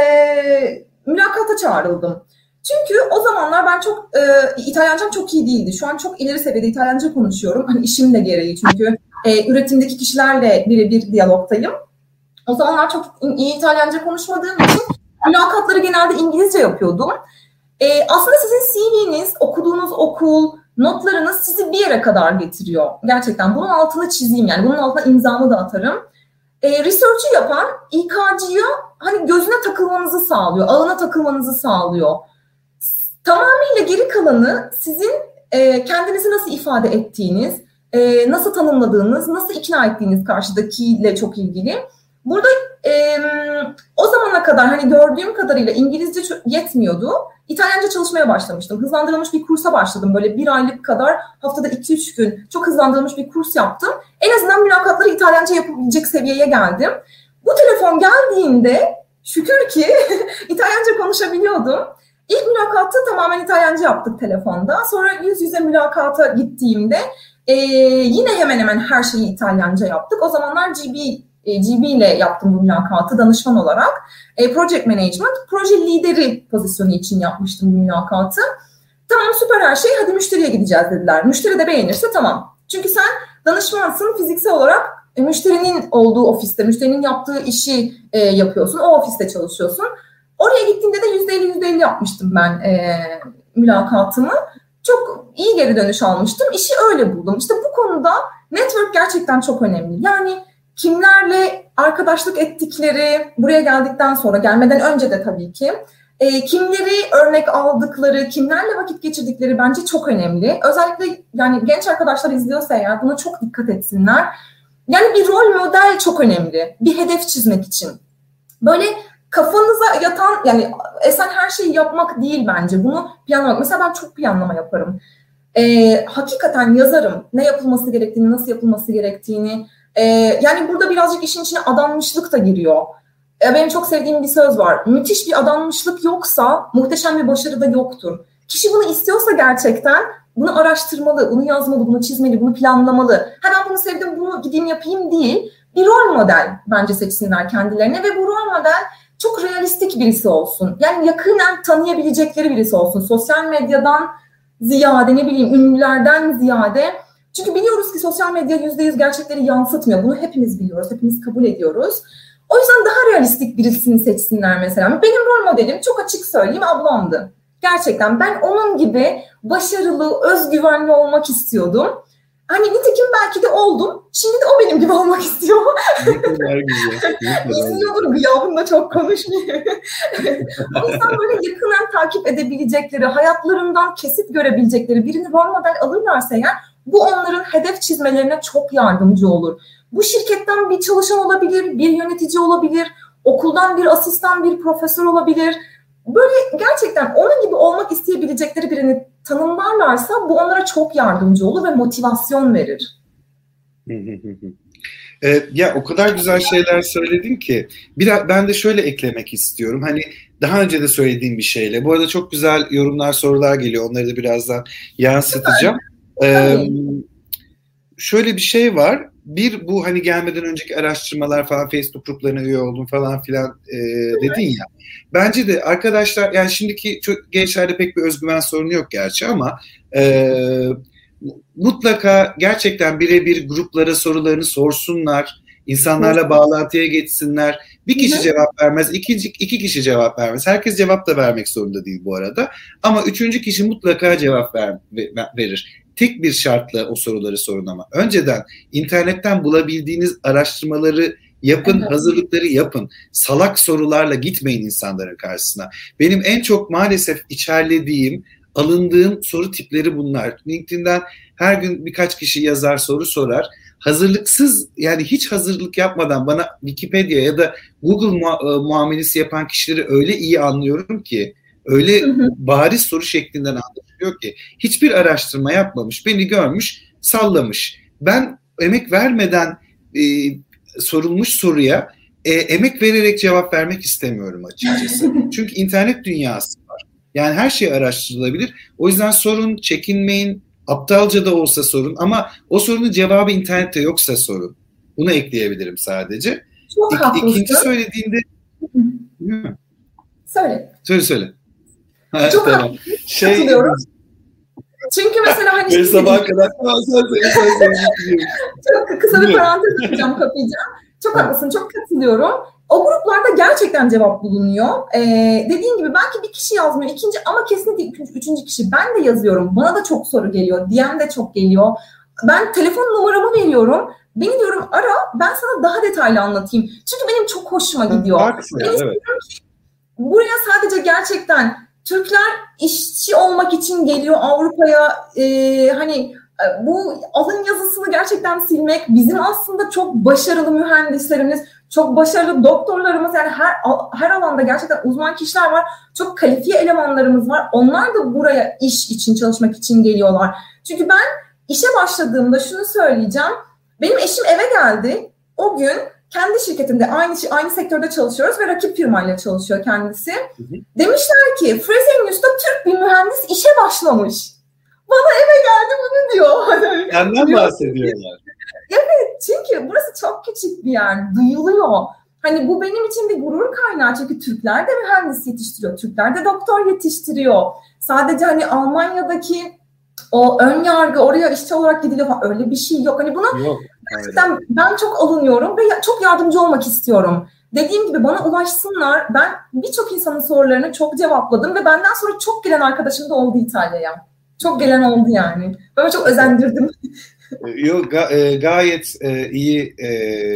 e, mülakata çağrıldım. Çünkü o zamanlar ben çok, e, İtalyancam çok iyi değildi. Şu an çok ileri seviyede İtalyanca konuşuyorum. Hani işim de gereği çünkü e, üretimdeki kişilerle birebir diyalogtayım. O zamanlar çok iyi İtalyanca konuşmadığım için mülakatları genelde İngilizce yapıyordum. E, aslında sizin C V'niz, okuduğunuz okul, notlarınız sizi bir yere kadar getiriyor. Gerçekten bunun altını çizeyim, yani bunun altına imzamı da atarım. E, research'ı yapan İK'cıya hani gözüne takılmanızı sağlıyor, ağına takılmanızı sağlıyor. Tamamıyla geri kalanı sizin e, kendinizi nasıl ifade ettiğiniz, e, nasıl tanımladığınız, nasıl ikna ettiğiniz karşıdakiyle çok ilgili. Burada e, o zamana kadar hani gördüğüm kadarıyla İngilizce yetmiyordu. İtalyanca çalışmaya başlamıştım. Hızlandırılmış bir kursa başladım. Böyle bir aylık kadar haftada iki üç gün çok hızlandırılmış bir kurs yaptım. En azından mülakatları İtalyanca yapabilecek seviyeye geldim. Bu telefon geldiğinde şükür ki İtalyanca konuşabiliyordum. İlk mülakatı tamamen İtalyanca yaptık telefonda. Sonra yüz yüze mülakata gittiğimde e, yine hemen hemen her şeyi İtalyanca yaptık. O zamanlar G B G B ile yaptım bu mülakatı danışman olarak. E, project management, proje lideri pozisyonu için yapmıştım bu mülakatı. Tamam süper her şey, hadi müşteriye gideceğiz dediler. Müşteri de beğenirse tamam. Çünkü sen danışmansın, fiziksel olarak e, müşterinin olduğu ofiste, müşterinin yaptığı işi e, yapıyorsun. O ofiste çalışıyorsun. Oraya gittiğimde de yüzde elli yüzde elli yapmıştım ben e, mülakatımı. Çok iyi geri dönüş almıştım. İşi öyle buldum. İşte bu konuda network gerçekten çok önemli. Yani kimlerle arkadaşlık ettikleri, buraya geldikten sonra, gelmeden önce de tabii ki, e, kimleri örnek aldıkları, kimlerle vakit geçirdikleri bence çok önemli. Özellikle yani genç arkadaşlar izliyorsa eğer buna çok dikkat etsinler. Yani bir rol model çok önemli. Bir hedef çizmek için. Böyle kafanıza yatan, yani esen her şeyi yapmak değil bence. Bunu planlamak. Mesela ben çok planlama yaparım. E, hakikaten yazarım. Ne yapılması gerektiğini, nasıl yapılması gerektiğini. Ee, yani burada birazcık işin içine adanmışlık da giriyor. Ee, benim çok sevdiğim bir söz var. Müthiş bir adanmışlık yoksa muhteşem bir başarı da yoktur. Kişi bunu istiyorsa gerçekten bunu araştırmalı, bunu yazmalı, bunu çizmeli, bunu planlamalı. Ha ben bunu sevdim, bunu gideyim yapayım değil. Bir rol model bence seçsinler kendilerine ve bu rol model çok realistik birisi olsun. Yani yakından tanıyabilecekleri birisi olsun. Sosyal medyadan ziyade, ne bileyim ünlülerden ziyade. Çünkü biliyoruz ki sosyal medya yüzde yüz gerçekleri yansıtmıyor. Bunu hepimiz biliyoruz, hepimiz kabul ediyoruz. O yüzden daha realistik birisini seçsinler mesela. Benim rol modelim, çok açık söyleyeyim, ablamdı. Gerçekten ben onun gibi başarılı, özgüvenli olmak istiyordum. Hani nitekim belki de oldum. Şimdi de o benim gibi olmak istiyor. Ne kadar güzel. İzliyordur gıyabında çok konuşmuyor. O yüzden böyle yakından takip edebilecekleri, hayatlarından kesit görebilecekleri birini rol model alırlarsa eğer, bu onların hedef çizmelerine çok yardımcı olur. Bu şirketten bir çalışan olabilir, bir yönetici olabilir, okuldan bir asistan, bir profesör olabilir. Böyle gerçekten onun gibi olmak isteyebilecekleri birini tanımlarlarsa bu onlara çok yardımcı olur ve motivasyon verir. e, ya o kadar güzel şeyler söyledin ki biraz ben de şöyle eklemek istiyorum. Hani daha önce de söylediğim bir şeyle. Bu arada çok güzel yorumlar, sorular geliyor. Onları da birazdan yansıtacağım. Ee, şöyle bir şey var. bir bu hani gelmeden önceki araştırmalar falan, Facebook gruplarına üye oldum falan filan e, dedin ya. Bence de arkadaşlar, yani şimdiki çok, gençlerde pek bir özgüven sorunu yok gerçi ama e, mutlaka gerçekten birebir gruplara sorularını sorsunlar. İnsanlarla bağlantıya geçsinler. Bir kişi Hı-hı. cevap vermez, iki, iki kişi cevap vermez. Herkes cevap da vermek zorunda değil bu arada. Ama üçüncü kişi mutlaka cevap ver, verir. Tek bir şartla o soruları sorun ama. Önceden internetten bulabildiğiniz araştırmaları yapın, evet. hazırlıkları yapın. Salak sorularla gitmeyin insanların karşısına. Benim en çok maalesef içerlediğim, alındığım soru tipleri bunlar. LinkedIn'den her gün birkaç kişi yazar, soru sorar. Hazırlıksız, yani hiç hazırlık yapmadan bana Wikipedia ya da Google mu- muamelesi yapan kişileri öyle iyi anlıyorum ki, öyle hı hı. bariz soru şeklinden anlaşılıyor ki, hiçbir araştırma yapmamış, beni görmüş, sallamış. Ben emek vermeden e, sorulmuş soruya e, emek vererek cevap vermek istemiyorum açıkçası. Çünkü internet dünyası var. Yani her şey araştırılabilir. O yüzden sorun, çekinmeyin. Aptalca da olsa sorun ama o sorunun cevabı internette yoksa sorun. Bunu ekleyebilirim sadece. Çok İk, haklısın. İkinci söylediğinde... Söyle. Söyle söyle. Ha, Çok tamam. haklısın. Şey... Katılıyorum. Çünkü mesela hani... Ben sabah kadar... Çok kısa bir parantez açacağım, kapayacağım. Çok haklısın, çok katılıyorum. O gruplarda gerçekten cevap bulunuyor. Ee, dediğin gibi belki bir kişi yazmıyor, ikinci ama kesinlikle üçüncü kişi. Ben de yazıyorum. Bana da çok soru geliyor. D M de çok geliyor. Ben telefon numaramı veriyorum. Beni diyorum ara, ben sana daha detaylı anlatayım. Çünkü benim çok hoşuma gidiyor. Haklısın, ben evet. Buraya sadece gerçekten Türkler işçi olmak için geliyor Avrupa'ya. Ee, hani bu alın yazısını gerçekten silmek, bizim aslında çok başarılı mühendislerimiz, çok başarılı doktorlarımız, yani her her alanda gerçekten uzman kişiler var. Çok kalifiye elemanlarımız var. Onlar da buraya iş için, çalışmak için geliyorlar. Çünkü ben işe başladığımda şunu söyleyeceğim. Benim eşim eve geldi. O gün kendi şirketimde aynı aynı sektörde çalışıyoruz ve rakip firmayla çalışıyor kendisi. Hı hı. Demişler ki Fresenius'ta Türk bir mühendis işe başlamış. Bana eve geldi bunu diyor. Senden bahsediyorlar. Evet, çünkü burası çok küçük bir yer, duyuluyor. Hani bu benim için bir gurur kaynağı, çünkü Türkler de mühendis yetiştiriyor, Türkler de doktor yetiştiriyor. Sadece hani Almanya'daki o ön yargı, oraya işçi olarak gidiliyor falan, öyle bir şey yok. Hani buna yok, gerçekten ben çok alınıyorum ve çok yardımcı olmak istiyorum. Dediğim gibi bana ulaşsınlar. Ben birçok insanın sorularını çok cevapladım ve benden sonra çok gelen arkadaşım da oldu İtalya'ya. Çok gelen oldu yani. Böyle çok özendirdim. Yok, ga- gayet e, iyi e,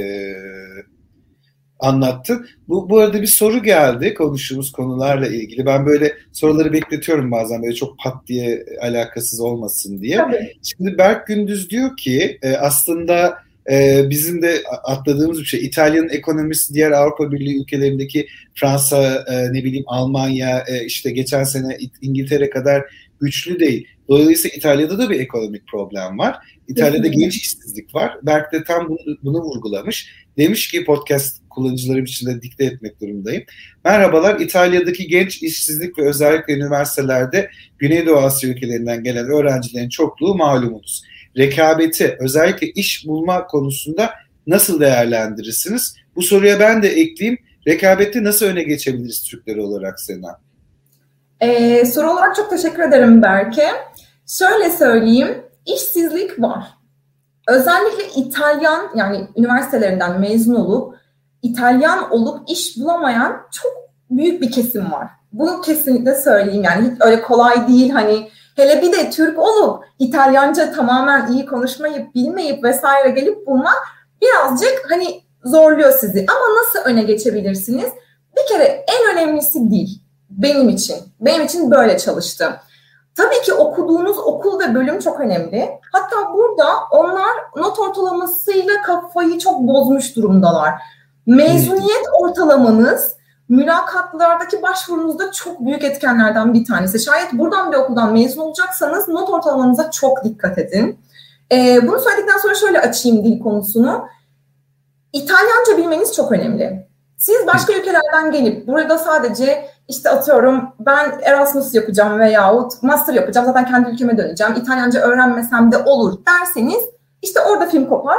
anlattın. Bu, bu arada bir soru geldi konuştuğumuz konularla ilgili. Ben böyle soruları bekletiyorum bazen, böyle çok pat diye alakasız olmasın diye. Tabii. Şimdi Berk Gündüz diyor ki e, aslında e, bizim de atladığımız bir şey. İtalya'nın ekonomisi diğer Avrupa Birliği ülkelerindeki Fransa, e, ne bileyim Almanya, e, işte geçen sene İngiltere kadar güçlü değil. Dolayısıyla İtalya'da da bir ekonomik problem var. İtalya'da genç işsizlik var. Berk de tam bunu, bunu vurgulamış. Demiş ki podcast kullanıcılarım için de dikte etmek durumundayım. Merhabalar, İtalya'daki genç işsizlik ve özellikle üniversitelerde Güneydoğu Asya ülkelerinden gelen öğrencilerin çokluğu malumunuz. Rekabeti, özellikle iş bulma konusunda nasıl değerlendirirsiniz? Bu soruya ben de ekleyeyim. Rekabette nasıl öne geçebiliriz Türkler olarak Sena? Ee, soru olarak çok teşekkür ederim Berke. Şöyle söyleyeyim, işsizlik var. Özellikle İtalyan, yani üniversitelerinden mezun olup İtalyan olup iş bulamayan çok büyük bir kesim var. Bunu kesinlikle söyleyeyim, yani hiç öyle kolay değil. Hani hele bir de Türk olup İtalyanca tamamen iyi konuşmayıp bilmeyip vesaire gelip bulmak birazcık hani zorluyor sizi. Ama nasıl öne geçebilirsiniz? Bir kere en önemlisi değil. Benim için. Benim için böyle çalıştı. Tabii ki okuduğunuz okul ve bölüm çok önemli. Hatta burada onlar not ortalamasıyla kafayı çok bozmuş durumdalar. Mezuniyet ortalamanız mülakatlardaki başvurunuzda çok büyük etkenlerden bir tanesi. Şayet buradan bir okuldan mezun olacaksanız not ortalamanıza çok dikkat edin. Ee, bunu söyledikten sonra şöyle açayım dil konusunu. İtalyanca bilmeniz çok önemli. Siz başka ülkelerden gelip burada sadece işte atıyorum ben Erasmus yapacağım veyahut master yapacağım, zaten kendi ülkeme döneceğim, İtalyanca öğrenmesem de olur derseniz işte orada film kopar, iş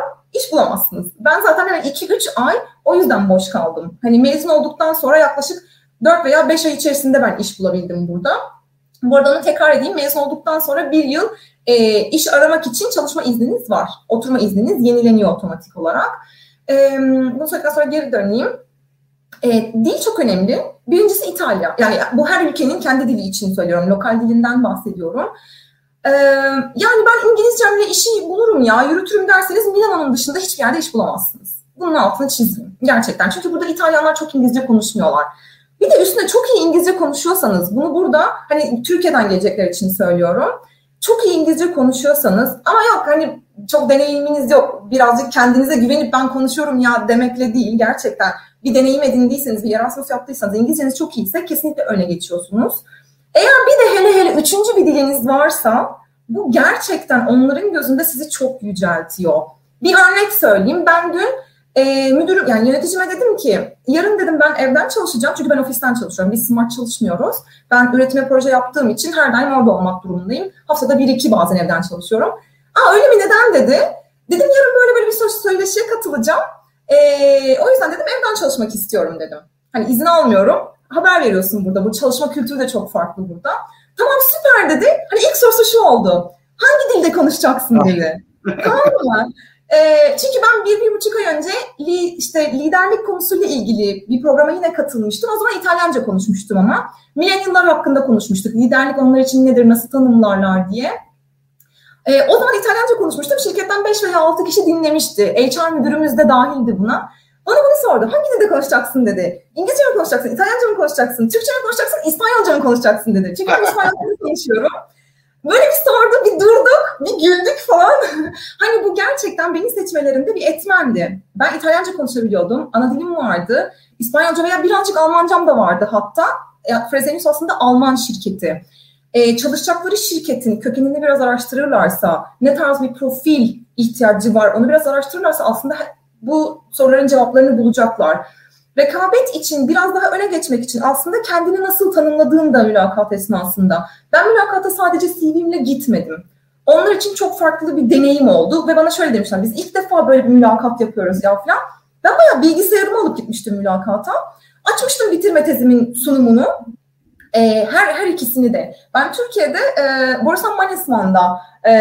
iş bulamazsınız. Ben zaten hani iki üç ay o yüzden boş kaldım. Hani mezun olduktan sonra yaklaşık dört veya beş ay içerisinde ben iş bulabildim burada. Bu arada onu tekrar edeyim. Mezun olduktan sonra bir yıl e, iş aramak için çalışma izniniz var. Oturma izniniz yenileniyor otomatik olarak. E, bunu söyledikten sonra geri döneyim. E, dil çok önemli. Birincisi İtalya. Yani bu her ülkenin kendi dili için söylüyorum. Lokal dilinden bahsediyorum. E, yani ben İngilizcemle işi bulurum ya, yürütürüm derseniz Milano'nun dışında hiçbir yerde iş bulamazsınız. Bunun altını çizeyim. Gerçekten. Çünkü burada İtalyanlar çok İngilizce konuşmuyorlar. Bir de üstüne çok iyi İngilizce konuşuyorsanız, bunu burada hani Türkiye'den gelecekler için söylüyorum. Çok iyi İngilizce konuşuyorsanız ama yok hani çok deneyiminiz yok. Birazcık kendinize güvenip ben konuşuyorum ya demekle değil, gerçekten bir deneyim edindiyseniz, bir Erasmus yaptıysanız, İngilizceniz çok iyiyse kesinlikle öne geçiyorsunuz. Eğer bir de hele hele üçüncü bir diliniz varsa bu gerçekten onların gözünde sizi çok yüceltiyor. Bir örnek söyleyeyim. Ben dün e, müdürüm, yani yöneticime dedim ki yarın dedim ben evden çalışacağım. Çünkü ben ofisten çalışıyorum. Biz smart çalışmıyoruz. Ben üretime proje yaptığım için her daim orada olmak durumundayım. Haftada bir iki bazen evden çalışıyorum. Aa öyle mi, neden dedi. Dedim yarın böyle böyle bir söyleşiye katılacağım. E, o yüzden dedim evden çalışmak istiyorum dedim. Hani izin almıyorum. Haber veriyorsun burada. Bu çalışma kültürü de çok farklı burada. Tamam süper dedi. Hani ilk sorusu şu oldu. Hangi dilde konuşacaksın dedi. Tamam mı? E, çünkü ben bir, bir buçuk ay önce li, işte liderlik konusuyla ilgili bir programa yine katılmıştım. O zaman İtalyanca konuşmuştum ama. Millennial'lar hakkında konuşmuştuk. Liderlik onlar için nedir, nasıl tanımlarlar diye. E, o zaman İtalyanca konuşmuştum. Şirketten beş veya altı kişi dinlemişti. H R müdürümüz de dahildi buna. Bana bunu sordu. Hangi dilde konuşacaksın dedi. İngilizce mi konuşacaksın, İtalyanca mı konuşacaksın, Türkçe mi konuşacaksın, İspanyolca mı konuşacaksın dedi. Çünkü ben İspanyolca konuşuyorum. Böyle bir sordu, bir durduk, bir güldük falan. Hani bu gerçekten beni seçmelerinde bir etmendi. Ben İtalyanca konuşabiliyordum, ana dilim vardı. İspanyolca veya birazcık Almancam da vardı hatta. E, Fresenius aslında Alman şirketi. E, çalışacakları şirketin kökenini biraz araştırırlarsa, ne tarz bir profil ihtiyacı var onu biraz araştırırlarsa aslında bu soruların cevaplarını bulacaklar. Rekabet için, biraz daha öne geçmek için aslında kendini nasıl tanımladığın da mülakat esnasında. Ben mülakata sadece C V'mle gitmedim. Onlar için çok farklı bir deneyim oldu ve bana şöyle demişler, biz ilk defa böyle bir mülakat yapıyoruz ya falan. Ben bayağı bilgisayarımı alıp gitmiştim mülakata. Açmıştım bitirme tezimin sunumunu. Ee, her her ikisini de. Ben Türkiye'de e, Borusan Mannesmann'da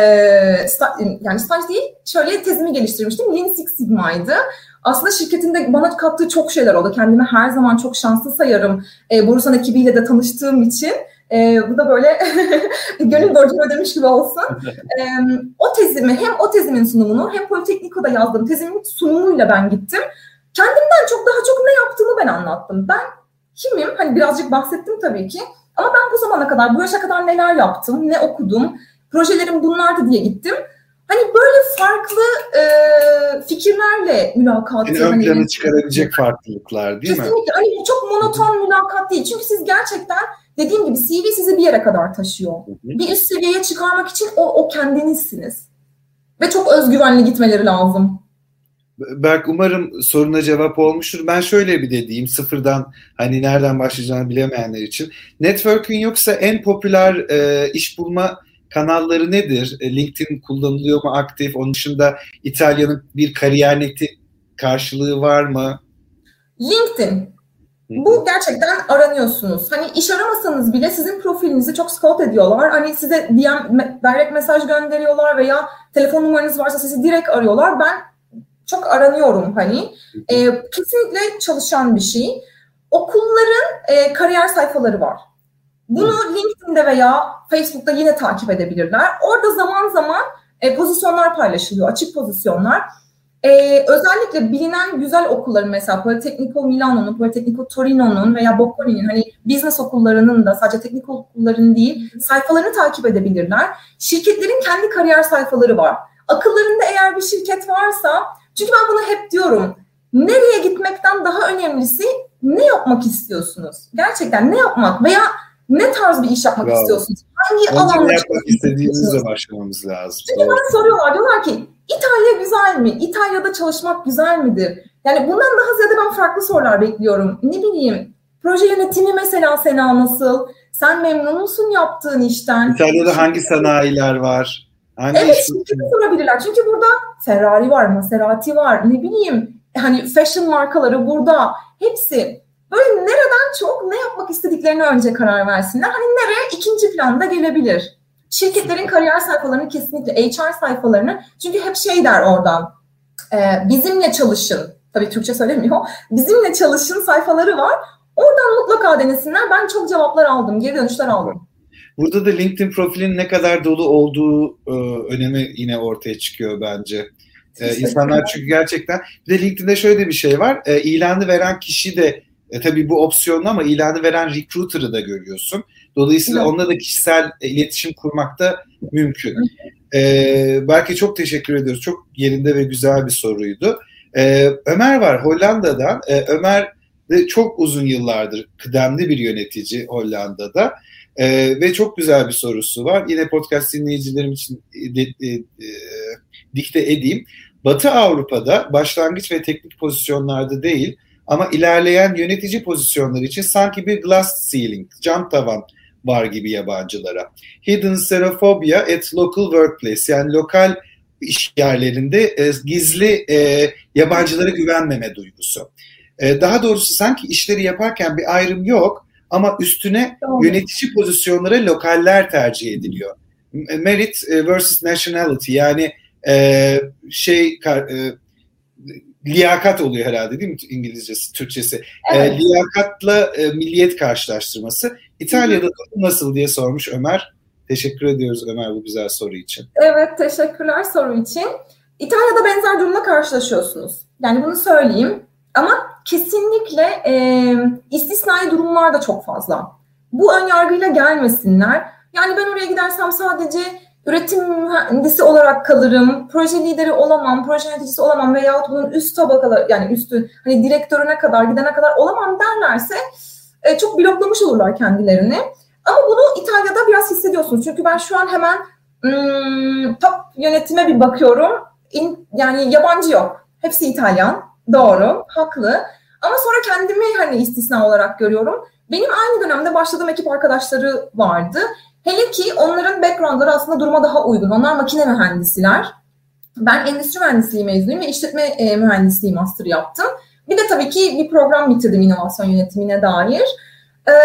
e, sta, yani staj değil, şöyle tezimi geliştirmiştim. Lean Six Sigma'ydı. Aslında şirketinde bana kattığı çok şeyler oldu. Kendimi her zaman çok şanslı sayarım. E, Borusan ekibiyle de tanıştığım için. E, bu da böyle gönül borcumu ödemiş gibi olsun. E, o tezimi, hem o tezimin sunumunu hem Politecnico'da yazdığım tezimin sunumuyla ben gittim. Kendimden çok daha çok ne yaptığımı ben anlattım. Ben kimim? Hani birazcık bahsettim tabii ki. Ama ben bu zamana kadar, bu yaşa kadar neler yaptım, ne okudum, projelerim bunlardı diye gittim. Hani böyle farklı e, fikirlerle mülakat. Yani ön hani, plana çıkarabilecek farklılıklar değil kesinlikle. mi? Kesinlikle. Hani çok monoton mülakat değil. Çünkü siz gerçekten dediğim gibi C V sizi bir yere kadar taşıyor. Hı hı. Bir üst seviyeye çıkarmak için o, o kendinizsiniz. Ve çok özgüvenli gitmeleri lazım. Berk, umarım soruna cevap olmuştur. Ben şöyle bir de diyeyim, sıfırdan hani nereden başlayacağını bilemeyenler için. Network'ün yoksa en popüler e, iş bulma kanalları nedir? E, LinkedIn kullanılıyor mu aktif? Onun dışında İtalya'nın bir kariyer neti karşılığı var mı? LinkedIn. Bu gerçekten aranıyorsunuz. Hani iş aramasanız bile sizin profilinizi çok scout ediyorlar. Hani size D M, direct mesaj gönderiyorlar veya telefon numaranız varsa sizi direkt arıyorlar. Ben çok aranıyorum hani. E, kesinlikle çalışan bir şey. Okulların e, kariyer sayfaları var. Bunu LinkedIn'de veya Facebook'ta yine takip edebilirler. Orada zaman zaman e, pozisyonlar paylaşılıyor, açık pozisyonlar. E, özellikle bilinen güzel okulların, mesela Politecnico Milano'nun, Politecnico Torino'nun veya Bocconi'nin, hani business okullarının da, sadece teknik okulların değil, sayfalarını takip edebilirler. Şirketlerin kendi kariyer sayfaları var. Akıllarında eğer bir şirket varsa, çünkü ben bunu hep diyorum, nereye gitmekten daha önemlisi ne yapmak istiyorsunuz? Gerçekten ne yapmak veya ne tarz bir iş yapmak Bravo. istiyorsunuz? Hangi Önce alanda ne yapmak istediğinizle başlamamız lazım. Çünkü bana soruyorlar, diyorlar ki İtalya güzel mi? İtalya'da çalışmak güzel midir? Yani bundan daha ziyade ben farklı sorular bekliyorum. Ne bileyim, proje yönetimi mesela Sena nasıl? Sen memnun musun yaptığın işten? İtalya'da hangi sanayiler var? Hangi evet, şirketi sorabilirler. Çünkü burada Ferrari var, Maserati var, ne bileyim hani fashion markaları burada. Hepsi böyle nereden çok ne yapmak istediklerini önce karar versinler. Hani nereye ikinci planda gelebilir. Şirketlerin kariyer sayfalarını kesinlikle, H R sayfalarını, çünkü hep şey der oradan, e, bizimle çalışın. Tabii Türkçe söylemiyor. Bizimle çalışın sayfaları var. Oradan mutlaka denesinler. Ben çok cevaplar aldım, geri dönüşler aldım. Burada da LinkedIn profilin ne kadar dolu olduğu e, önemi yine ortaya çıkıyor bence. E, insanlar çünkü gerçekten, bir de LinkedIn'de şöyle bir şey var. E, ilanı veren kişi de e, tabii bu opsiyonlu ama ilanı veren recruiter'ı da görüyorsun. Dolayısıyla evet, onunla da kişisel iletişim kurmak da mümkün. E, belki çok teşekkür ediyoruz. Çok yerinde ve güzel bir soruydu. E, Ömer var Hollanda'dan. E, Ömer de çok uzun yıllardır kıdemli bir yönetici Hollanda'da. Ee, ve çok güzel bir sorusu var. Yine podcast dinleyicilerim için de, de, de, dikte edeyim. Batı Avrupa'da başlangıç ve teknik pozisyonlarda değil ama ilerleyen yönetici pozisyonları için sanki bir glass ceiling, cam tavan var gibi yabancılara. Hidden xenophobia at local workplace, yani lokal iş yerlerinde e, gizli e, yabancılara güvenmeme duygusu. E, daha doğrusu sanki işleri yaparken bir ayrım yok ama üstüne Doğru. yönetici pozisyonlara lokaller tercih ediliyor. Merit versus nationality, yani e, şey e, liyakat oluyor herhalde değil mi İngilizcesi, Türkçesi? Evet. E, liyakatla e, milliyet karşılaştırması. İtalya'da nasıl diye sormuş Ömer. Teşekkür ediyoruz Ömer bu güzel soru için. Evet, teşekkürler soru için. İtalya'da benzer durumla karşılaşıyorsunuz. Yani bunu söyleyeyim. Ama kesinlikle e, istisnai durumlar da çok fazla. Bu önyargıyla gelmesinler. Yani ben oraya gidersem sadece üretim mühendisi olarak kalırım, proje lideri olamam, proje yöneticisi olamam veyahut bunun üst tabakaları, yani üstü hani direktörüne kadar gidene kadar olamam derlerse e, çok bloklamış olurlar kendilerini. Ama bunu İtalya'da biraz hissediyorsunuz. Çünkü ben şu an hemen hmm, top yönetime bir bakıyorum. İn, yani yabancı yok. Hepsi İtalyan. Doğru, haklı. Ama sonra kendimi hani istisna olarak görüyorum. Benim aynı dönemde başladığım ekip arkadaşları vardı. Hele ki onların backgroundları aslında duruma daha uygun. Onlar makine mühendisiler. Ben endüstri mühendisliği mezunuyum ve işletme e, mühendisliği master yaptım. Bir de tabii ki bir program bitirdim inovasyon yönetimine dair. Ee,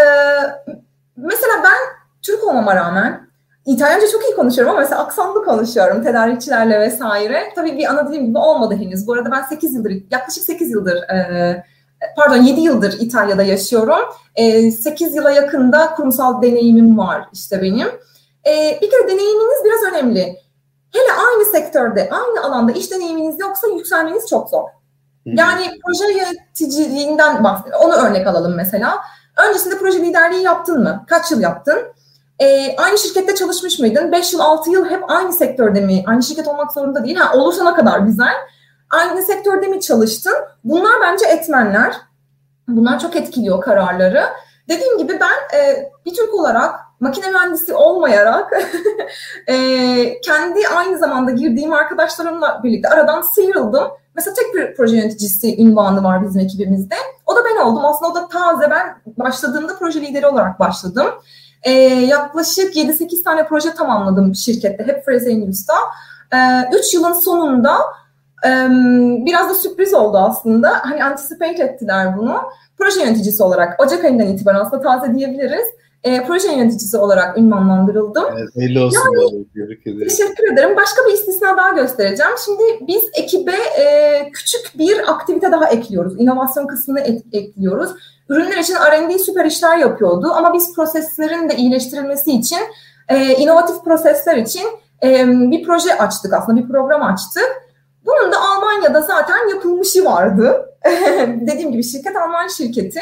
mesela ben Türk olmama rağmen İtalyanca çok iyi konuşuyorum ama mesela aksanlı konuşuyorum tedarikçilerle vesaire. Tabii bir ana dilim gibi olmadı henüz. Bu arada ben sekiz yıldır, yaklaşık sekiz yıldır, e, pardon yedi yıldır İtalya'da yaşıyorum. E, sekiz yıla yakında kurumsal deneyimim var işte benim. E, bir kere deneyiminiz biraz önemli. Hele aynı sektörde, aynı alanda iş deneyiminiz yoksa yükselmeniz çok zor. Yani proje yöneticiliğinden bahsediyorum. Onu örnek alalım mesela. Öncesinde proje liderliği yaptın mı? Kaç yıl yaptın? Ee, aynı şirkette çalışmış mıydın? beş yıl, altı yıl hep aynı sektörde mi? Aynı şirket olmak zorunda değil. Ha, olursa ne kadar güzel. Aynı sektörde mi çalıştın? Bunlar bence etmenler. Bunlar çok etkiliyor kararları. Dediğim gibi ben e, bir Türk olarak, makine mühendisi olmayarak e, kendi aynı zamanda girdiğim arkadaşlarımla birlikte aradan sıyrıldım. Mesela tek bir proje yöneticisi ünvanı var bizim ekibimizde. O da ben oldum. Aslında o da taze, ben başladığımda proje lideri olarak başladım. Ee, yaklaşık yedi sekiz tane proje tamamladım şirkette, hep Fresenius'ta. Ee, üç yılın sonunda e, biraz da sürpriz oldu aslında. Hani anticipate ettiler bunu. Proje yöneticisi olarak Ocak ayından itibaren aslında taze diyebiliriz. E, proje yöneticisi olarak ünvanlandırıldım. Evet, hayırlı olsun. Yani, teşekkür ederim. Başka bir istisna daha göstereceğim. Şimdi biz ekibe e, küçük bir aktivite daha ekliyoruz. İnovasyon kısmını et, ekliyoruz. Ürünler için R and D süper işler yapıyordu ama biz proseslerin de iyileştirilmesi için, e, inovatif prosesler için e, bir proje açtık aslında, bir program açtık. Bunun da Almanya'da zaten yapılmışı vardı. Dediğim gibi şirket Alman şirketi.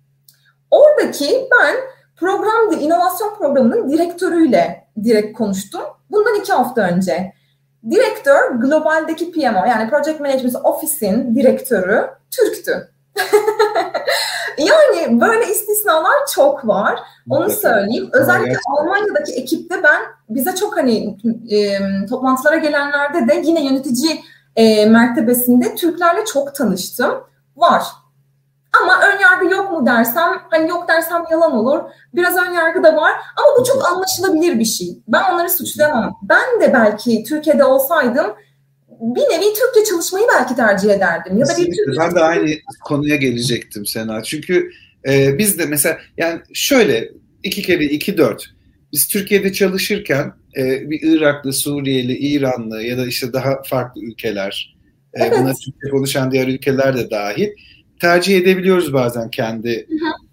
Oradaki ben programda inovasyon programının direktörüyle direkt konuştum. Bundan iki hafta önce. Direktör globaldeki P M O, yani Project Management Office'in direktörü Türktü. Yani böyle istisnalar çok var. Onu söyleyeyim. Özellikle Almanya'daki ekipte ben, bize çok hani e, toplantılara gelenlerde de yine yönetici e, mertebesinde Türklerle çok tanıştım. Var. Ama ön yargı yok mu dersem, hani yok dersem yalan olur. Biraz ön yargı da var ama bu çok anlaşılabilir bir şey. Ben onları suçlayamam. Ben de belki Türkiye'de olsaydım bir nevi Türkçe çalışmayı belki tercih ederdim. Ya da bir Türkçe ben de aynı konuya gelecektim Sena. Çünkü e, biz de mesela yani şöyle iki kere iki dört. Biz Türkiye'de çalışırken e, bir Iraklı, Suriyeli, İranlı ya da işte daha farklı ülkeler, e, evet. Buna Türkçe konuşan diğer ülkeler de dahil tercih edebiliyoruz bazen kendi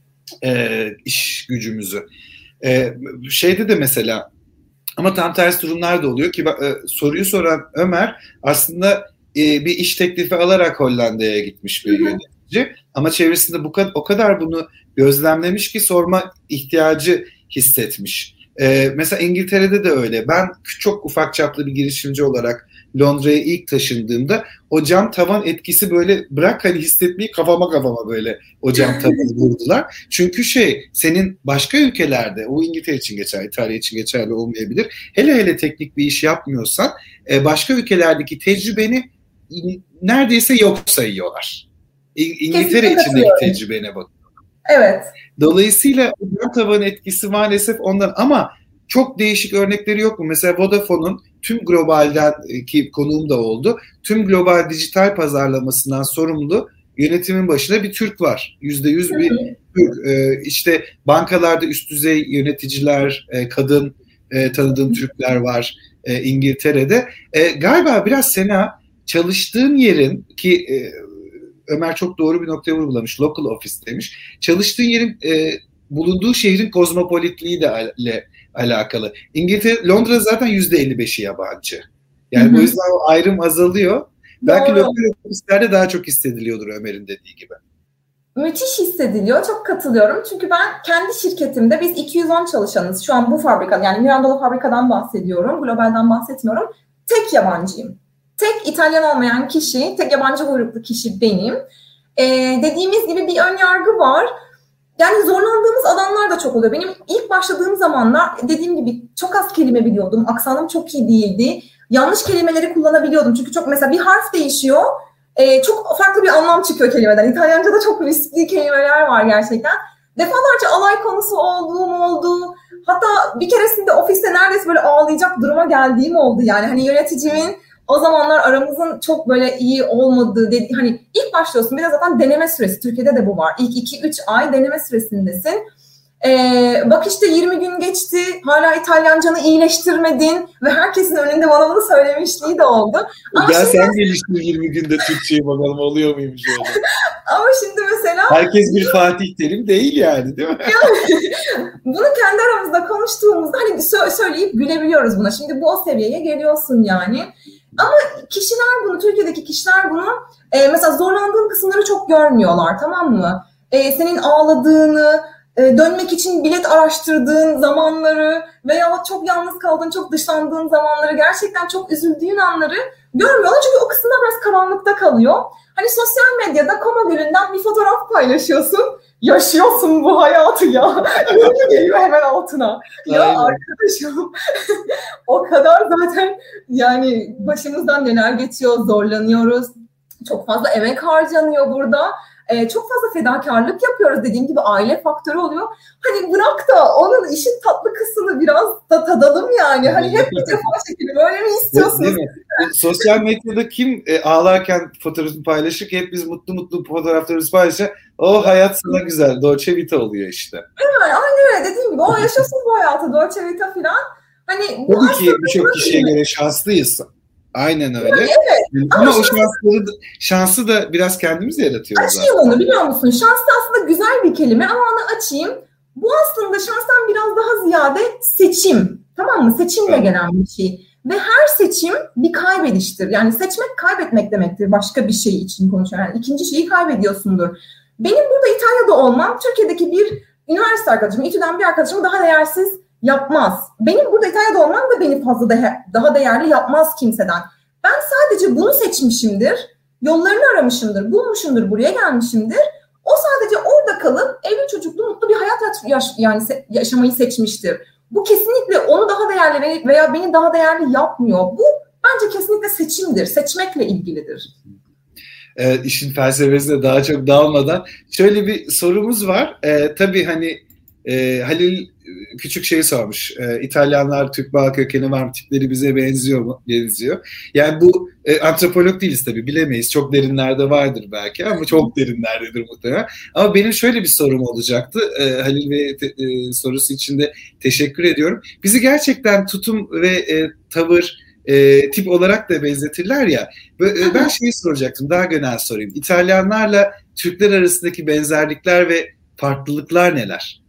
e, iş gücümüzü. E, şeyde de mesela ama tam tersi durumlar da oluyor ki e, soruyu soran Ömer aslında e, bir iş teklifi alarak Hollanda'ya gitmiş bir yönetici. Ama çevresinde bu kadar, o kadar bunu gözlemlemiş ki sorma ihtiyacı hissetmiş. E, mesela İngiltere'de de öyle. Ben çok ufak çaplı bir girişimci olarak Londra'ya ilk taşındığımda o cam tavan etkisi böyle bırak hani hissetmeyi kafama kafama böyle o cam tavanı vurdular. Çünkü şey senin başka ülkelerde o İngiltere için geçerli, İtalya için geçerli olmayabilir. Hele hele teknik bir iş yapmıyorsan başka ülkelerdeki tecrübeni neredeyse yok sayıyorlar. İngiltere içindeki tecrübene bak. Evet. Dolayısıyla o cam tavan etkisi maalesef ondan ama çok değişik örnekleri yok mu? Mesela Vodafone'un tüm globalden ki konuğum da oldu. Tüm global dijital pazarlamasından sorumlu yönetimin başında bir Türk var. Yüzde yüz bir Türk. Ee, işte bankalarda üst düzey yöneticiler, e, kadın e, tanıdığım Türkler var e, İngiltere'de. E, galiba biraz Sena çalıştığın yerin ki e, Ömer çok doğru bir noktaya vurgulamış. Local office demiş. Çalıştığın yerin e, bulunduğu şehrin kozmopolitliği de ale, alakalı. İngiltere, Londra zaten yüzde elli beşi yabancı. Yani Hı-hı. bu yüzden o ayrım azalıyor. Doğru. Belki lokal ofislerde daha çok hissediliyordur Ömer'in dediği gibi. Müthiş hissediliyor. Çok katılıyorum. Çünkü ben kendi şirketimde biz iki yüz on çalışanız. Şu an bu fabrika yani Mirandalı fabrikadan bahsediyorum. Globalden bahsetmiyorum. Tek yabancıyım. Tek İtalyan olmayan kişi, tek yabancı uyruklu kişi benim. Ee, dediğimiz gibi bir ön yargı var. Yani zorlandığımız alanlar da çok oluyor. Benim ilk başladığım zamanlar dediğim gibi çok az kelime biliyordum. Aksanım çok iyi değildi. Yanlış kelimeleri kullanabiliyordum. Çünkü çok mesela bir harf değişiyor. E, çok farklı bir anlam çıkıyor kelimeden. İtalyanca'da çok riskli kelimeler var gerçekten. Defalarca alay konusu olduğum oldu. Hatta bir keresinde ofiste neredeyse böyle ağlayacak duruma geldiğim oldu. Yani hani yöneticimin o zamanlar aramızın çok böyle iyi olmadığı, dedi, hani ilk başlıyorsun bir de zaten deneme süresi, Türkiye'de de bu var. İlk iki üç ay deneme süresindesin. Ee, bak işte yirmi gün geçti, hala İtalyancanı iyileştirmedin ve herkesin önünde bana bunu söylemişliği de oldu. Ama ya sen geliştir yirmi günde Türkçeyi bakalım oluyor muymuş öyle. Ama şimdi mesela... Herkes bir Fatih Terim değil yani değil mi? Bunu kendi aramızda konuştuğumuzda hani söyleyip gülebiliyoruz buna. Şimdi bu o seviyeye geliyorsun yani. Ama kişiler bunu, Türkiye'deki kişiler bunu e, mesela zorlandığın kısımları çok görmüyorlar, tamam mı? E, senin ağladığını, e, dönmek için bilet araştırdığın zamanları veya çok yalnız kaldığın, çok dışlandığın zamanları, gerçekten çok üzüldüğün anları görmüyorlar. Çünkü o kısımda biraz karanlıkta kalıyor. Hani sosyal medyada Koma Gölü'nden bir fotoğraf paylaşıyorsun. Yaşıyorsun bu hayatı ya. Yorum geliyor hemen altına. Ya aynen. Arkadaşım o kadar zaten yani başımızdan neler geçiyor, zorlanıyoruz. Çok fazla emek harcanıyor burada. Ee, çok fazla fedakarlık yapıyoruz. Dediğim gibi aile faktörü oluyor. Hani bırak da onun işin tatlı kısmını biraz da tadalım yani. Hani hep bir defa çekelim. Öyle mi istiyorsunuz? Değil mi? Sosyal medyada kim e, ağlarken fotoğrafını paylaşır ki hep biz mutlu mutlu fotoğraflarımızı paylaşır. O hayat sana güzel. Dolce Vita oluyor işte. Evet, aynen öyle. Dediğim gibi o yaşasın bu hayatı. Dolce Vita falan. Hani bu tabii ki birçok kişiye göre şanslıyız. Aynen öyle. Yani evet. Ama, Ama o şansları da, şansı da biraz kendimiz yaratıyoruz. Açayım aslında. Onu biliyor musun? Şans da aslında güzel bir kelime ama onu açayım. Bu aslında şanstan biraz daha ziyade seçim. Tamam mı? Seçimle evet. gelen bir şey. Ve her seçim bir kaybediştir. Yani seçmek kaybetmek demektir başka bir şey için konuşuyorum. Yani ikinci şeyi kaybediyorsundur. Benim burada İtalya'da olmam Türkiye'deki bir üniversite arkadaşım, İTÜ'den bir arkadaşımı daha değersiz yapmaz. Benim burada İtalya'da olmam da beni fazla de- daha değerli yapmaz kimseden. Ben sadece bunu seçmişimdir, yollarını aramışımdır, bulmuşumdur, buraya gelmişimdir. O sadece orada kalıp evli çocuklu mutlu bir hayat yaş- yani se- yaşamayı seçmiştir. Bu kesinlikle onu daha değerli veya beni daha değerli yapmıyor. Bu bence kesinlikle seçimdir, seçmekle ilgilidir. e, işin felsefesine daha çok dalmadan şöyle bir sorumuz var. E, tabii hani e, Halil küçük şey sormuş. E, İtalyanlar Türk bağ kökeni var mı? Tipleri bize benziyor mu? Benziyor. Yani bu e, antropolog değiliz tabii, bilemeyiz. Çok derinlerde vardır belki ama çok derinlerdedir muhtemelen. Ama benim şöyle bir sorum olacaktı. E, Halil Bey te, e, sorusu için de teşekkür ediyorum. Bizi gerçekten tutum ve e, tavır, e, tip olarak da benzetirler ya. E, ben şeyi soracaktım. Daha genel sorayım. İtalyanlarla Türkler arasındaki benzerlikler ve farklılıklar neler?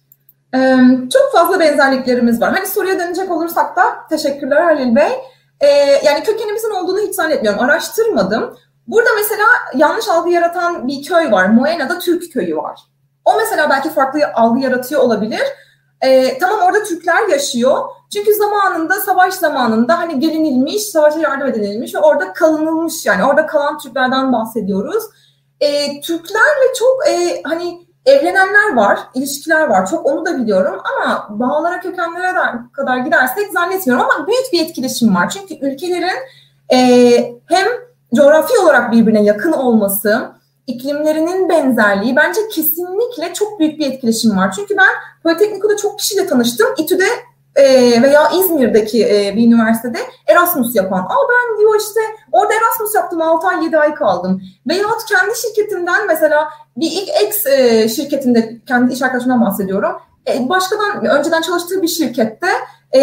Ee, çok fazla benzerliklerimiz var. Hani soruya dönecek olursak da teşekkürler Halil Bey. Ee, yani kökenimizin olduğunu hiç zannetmiyorum. Araştırmadım. Burada mesela yanlış algı yaratan bir köy var. Moena'da Türk köyü var. O mesela belki farklı algı yaratıyor olabilir. Ee, tamam, orada Türkler yaşıyor. Çünkü zamanında, savaş zamanında hani gelinilmiş, savaşa yardım edilmiş ve orada kalınılmış, yani orada kalan Türklerden bahsediyoruz. Ee, Türklerle çok e, hani evlenenler var, ilişkiler var. Çok, onu da biliyorum ama bağlara, kökenlere kadar gidersek zannetmiyorum ama büyük bir etkileşim var. Çünkü ülkelerin e, hem coğrafi olarak birbirine yakın olması, iklimlerinin benzerliği, bence kesinlikle çok büyük bir etkileşim var. Çünkü ben Politekniko'da çok kişiyle tanıştım. İTÜ'de e, veya İzmir'deki e, bir üniversitede Erasmus yapan. Aa ben diyor işte orada Erasmus yaptım, altı ay yedi ay kaldım. Veyahut kendi şirketimden mesela bir ilk X e, şirketimde, kendi iş arkadaşımdan bahsediyorum. E, başkadan, önceden çalıştığı bir şirkette e,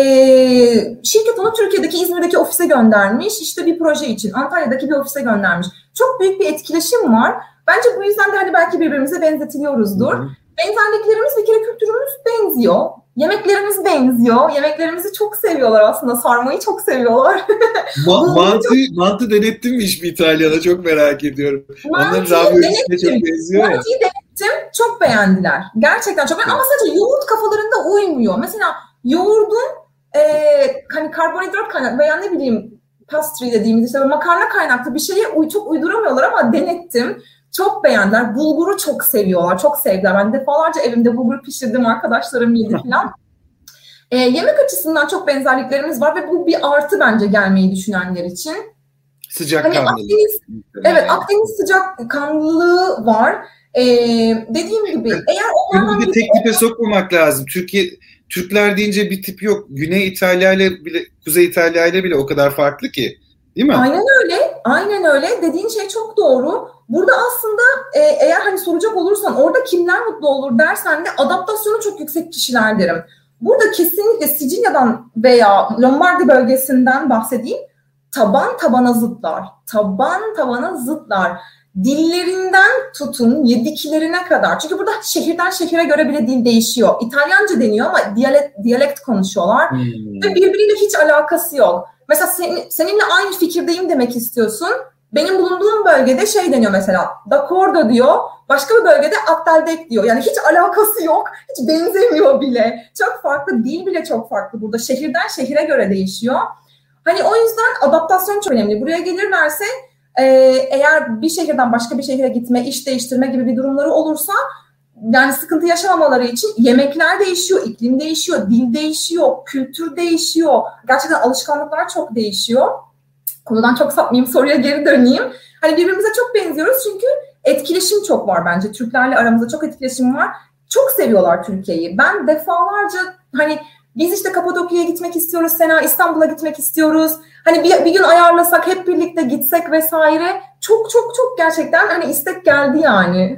şirket onu Türkiye'deki, İzmir'deki ofise göndermiş. İşte bir proje için Antalya'daki bir ofise göndermiş. Çok büyük bir etkileşim var. Bence bu yüzden de hani belki birbirimize benzetiliyoruzdur. Hı-hı. Benzerliklerimiz, bir kere kültürümüz benziyor. Yemeklerimiz benziyor. Yemeklerimizi çok seviyorlar aslında. Sarmayı çok seviyorlar. Ma- mantı, çok... mantı denettin mi hiç bir İtalya'da? Çok merak ediyorum. Onların raviyolisine çok benziyor ya. Mantıyı denettim. Çok beğendiler. Gerçekten çok beğendiler. Ama sadece yoğurt kafalarında uymuyor. Mesela yoğurdun e, hani karbonhidrat kaynaklı veya ne bileyim pastry dediğimiz işte makarna kaynaklı bir şeye uy- çok uyduramıyorlar ama denettim. Çok beğendiler. Bulguru çok seviyorlar. Çok sevdiler. Ben defalarca evimde bulgur pişirdim. Arkadaşlarım yedi falan. e, yemek açısından çok benzerliklerimiz var ve bu bir artı bence gelmeyi düşünenler için. Sıcakkanlılığı. Hani Akdeniz, evet, Akdeniz sıcakkanlılığı var. E, dediğim gibi evet. eğer onlardan bir de tek tipe sokmamak lazım. Türkiye Türkler deyince bir tip yok. Güney İtalya ile bile, Kuzey İtalya ile bile o kadar farklı ki. Değil mi? Aynen öyle. Aynen öyle. Dediğin şey çok doğru. Burada aslında e, eğer hani soracak olursan orada kimler mutlu olur dersen de adaptasyonu çok yüksek kişiler derim. Burada kesinlikle Sicilya'dan veya Lombardi bölgesinden bahsedeyim. Taban tabana zıtlar. Taban tabana zıtlar. Dillerinden tutun yediklerine kadar. Çünkü burada şehirden şehire göre bile dil değişiyor. İtalyanca deniyor ama diyalekt, diyalekt konuşuyorlar. Hmm. Ve birbiriyle hiç alakası yok. Mesela sen, seninle aynı fikirdeyim demek istiyorsun. Benim bulunduğum bölgede şey deniyor mesela. D'accordo diyor. Başka bir bölgede apteldek diyor. Yani hiç alakası yok. Hiç benzemiyor bile. Çok farklı. Dil bile çok farklı burada. Şehirden şehire göre değişiyor. Hani o yüzden adaptasyon çok önemli. Buraya gelirlerse e, eğer bir şehirden başka bir şehire gitme, iş değiştirme gibi bir durumları olursa yani sıkıntı yaşamamaları için yemekler değişiyor, iklim değişiyor, dil değişiyor, kültür değişiyor. Gerçekten alışkanlıklar çok değişiyor. Konudan çok sapmayayım, soruya geri döneyim. Hani birbirimize çok benziyoruz çünkü etkileşim çok var bence. Türklerle aramızda çok etkileşim var. Çok seviyorlar Türkiye'yi. Ben defalarca hani biz işte Kapadokya'ya gitmek istiyoruz, Sena İstanbul'a gitmek istiyoruz. Hani bir, bir gün ayarlasak, hep birlikte gitsek vesaire. Çok çok çok gerçekten hani istek geldi yani.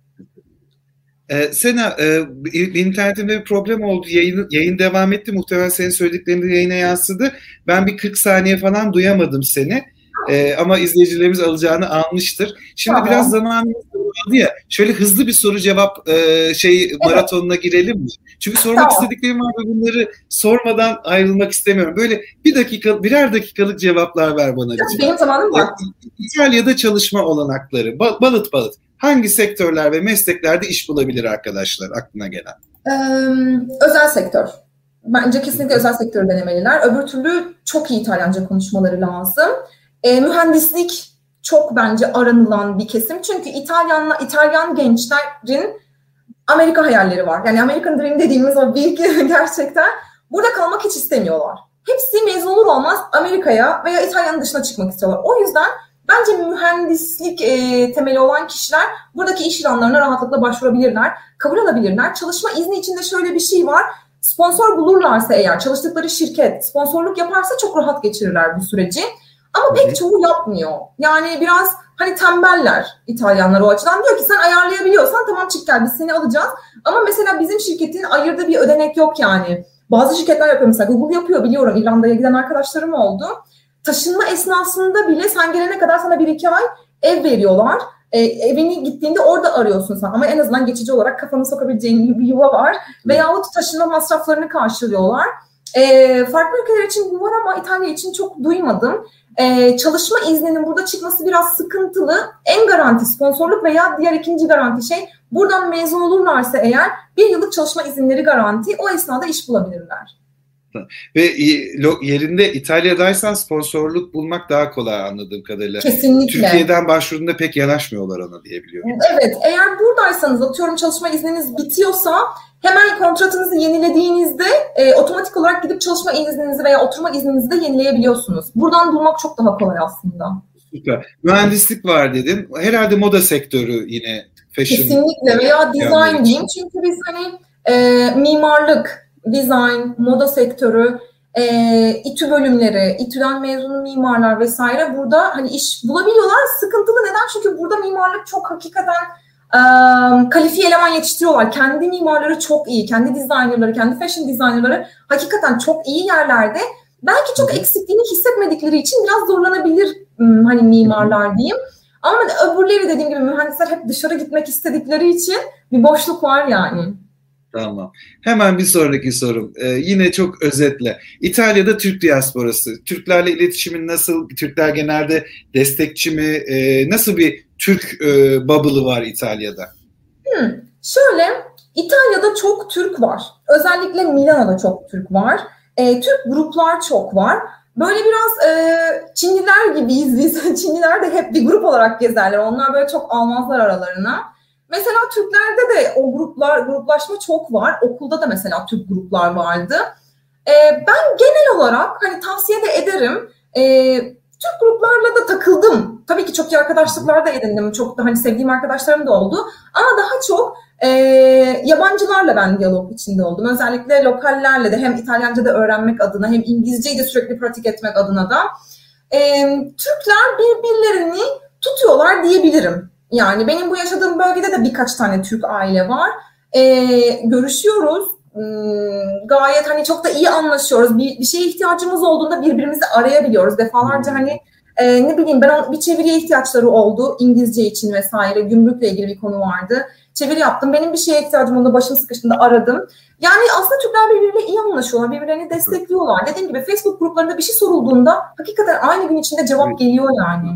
Ee, Sena, e, internetimde bir problem oldu. Yayın, yayın devam etti. Muhtemelen senin söylediklerin de yayına yansıdı. Ben bir kırk saniye falan duyamadım seni. Ee, ama izleyicilerimiz alacağını almıştır. Şimdi tamam. Biraz zamanımız kaldı ya. Şöyle hızlı bir soru cevap e, şey maratonuna evet. girelim mi? Çünkü sormak tamam. istediklerim var ve bunları sormadan ayrılmak istemiyorum. Böyle bir dakika, birer dakikalık cevaplar ver bana lütfen. Benim zamanım var. İtalya'da çalışma olanakları, balıt balıt. Hangi sektörler ve mesleklerde iş bulabilir arkadaşlar aklına gelen? Ee, özel sektör. Bence kesinlikle özel sektör denemeliler. Öbür türlü çok iyi İtalyanca konuşmaları lazım. Ee, mühendislik çok bence aranılan bir kesim. Çünkü İtalyanla İtalyan gençlerin Amerika hayalleri var. Yani American Dream dediğimiz o büyük gerçekten. Burada kalmak hiç istemiyorlar. Hepsi mezun olur olmaz Amerika'ya veya İtalya'nın dışına çıkmak istiyorlar. O yüzden Bence mühendislik e, temeli olan kişiler buradaki iş ilanlarına rahatlıkla başvurabilirler, kabul alabilirler. Çalışma izni içinde şöyle bir şey var. Sponsor bulurlarsa eğer, çalıştıkları şirket sponsorluk yaparsa çok rahat geçirirler bu süreci. Ama pek çoğu yapmıyor. Yani biraz hani tembeller İtalyanlar o açıdan. Diyor ki sen ayarlayabiliyorsan tamam çık gel biz seni alacağız. Ama mesela bizim şirketin ayırdığı bir ödenek yok yani. Bazı şirketler yapıyor mesela. Google yapıyor biliyorum. İrlanda'ya giden arkadaşlarım oldu. Taşınma esnasında bile sen gelene kadar sana bir iki ay ev veriyorlar. E, evini gittiğinde orada arıyorsun sen. Ama en azından geçici olarak kafanı sokabileceğin bir yuva var. Veyahut taşınma masraflarını karşılıyorlar. E, farklı ülkeler için bu var ama İtalya için çok duymadım. Ee, çalışma izninin burada çıkması biraz sıkıntılı. En garanti sponsorluk veya diğer ikinci garanti şey buradan mezun olurlarsa eğer bir yıllık çalışma izinleri garanti. O esnada iş bulabilirler. Ve yerinde İtalya'daysan sponsorluk bulmak daha kolay anladığım kadarıyla. Kesinlikle. Türkiye'den başvurduğunda pek yanaşmıyorlar ona diyebiliyorum. Evet, eğer buradaysanız atıyorum çalışma izniniz bitiyorsa hemen kontratınızı yenilediğinizde e, otomatik olarak gidip çalışma izninizi veya oturma izninizi de yenileyebiliyorsunuz. Buradan bulmak çok daha kolay aslında. Süper. Mühendislik var dedin. Herhalde moda sektörü yine fashion. Kesinlikle veya design diyeyim. Çünkü biz hani e, mimarlık, design, moda sektörü, e, İTÜ bölümleri, İTÜ'den mezun mimarlar vesaire burada hani iş bulabiliyorlar. Sıkıntılı neden? Çünkü burada mimarlık çok hakikaten e, kalifiye eleman yetiştiriyorlar. Kendi mimarları çok iyi, kendi designerları, kendi fashion designerları hakikaten çok iyi yerlerde. Belki çok eksikliğini hissetmedikleri için biraz zorlanabilir hani mimarlar diyeyim. Ama öbürleri dediğim gibi mühendisler hep dışarı gitmek istedikleri için bir boşluk var yani. Tamam. Hemen bir sonraki sorum. Ee, yine çok özetle. İtalya'da Türk diasporası. Türklerle iletişimin nasıl? Türkler genelde destekçi mi? Ee, nasıl bir Türk e, bubble'ı var İtalya'da? Hmm, şöyle, İtalya'da çok Türk var. Özellikle Milano'da çok Türk var. E, Türk gruplar çok var. Böyle biraz e, Çinliler gibiyiz biz. Çinliler de hep bir grup olarak gezerler. Onlar böyle çok almazlar aralarına. Mesela Türklerde de o gruplar, gruplaşma çok var. Okulda da mesela Türk gruplar vardı. Ee, ben genel olarak hani tavsiye de ederim. Ee, Türk gruplarla da takıldım. Tabii ki çok iyi arkadaşlıklar da edindim. Çok da hani sevdiğim arkadaşlarım da oldu. Ama daha çok e, yabancılarla ben diyalog içinde oldum. Özellikle lokallerle de hem İtalyanca da öğrenmek adına hem İngilizceyi de sürekli pratik etmek adına da. Ee, Türkler birbirlerini tutuyorlar diyebilirim. Yani benim bu yaşadığım bölgede de birkaç tane Türk aile var. Ee, görüşüyoruz. Hmm, gayet hani çok da iyi anlaşıyoruz. Bir, bir şeye ihtiyacımız olduğunda birbirimizi arayabiliyoruz. Defalarca hani e, ne bileyim ben bir çeviriye ihtiyaçları oldu. İngilizce için vesaire. Gümrükle ilgili bir konu vardı. Çeviri yaptım. Benim bir şeye ihtiyacım olduğunda başım sıkıştığında aradım. Yani aslında Türkler birbirleriyle iyi anlaşıyorlar. Birbirlerini destekliyorlar. Dediğim gibi Facebook gruplarında bir şey sorulduğunda hakikaten aynı gün içinde cevap geliyor yani.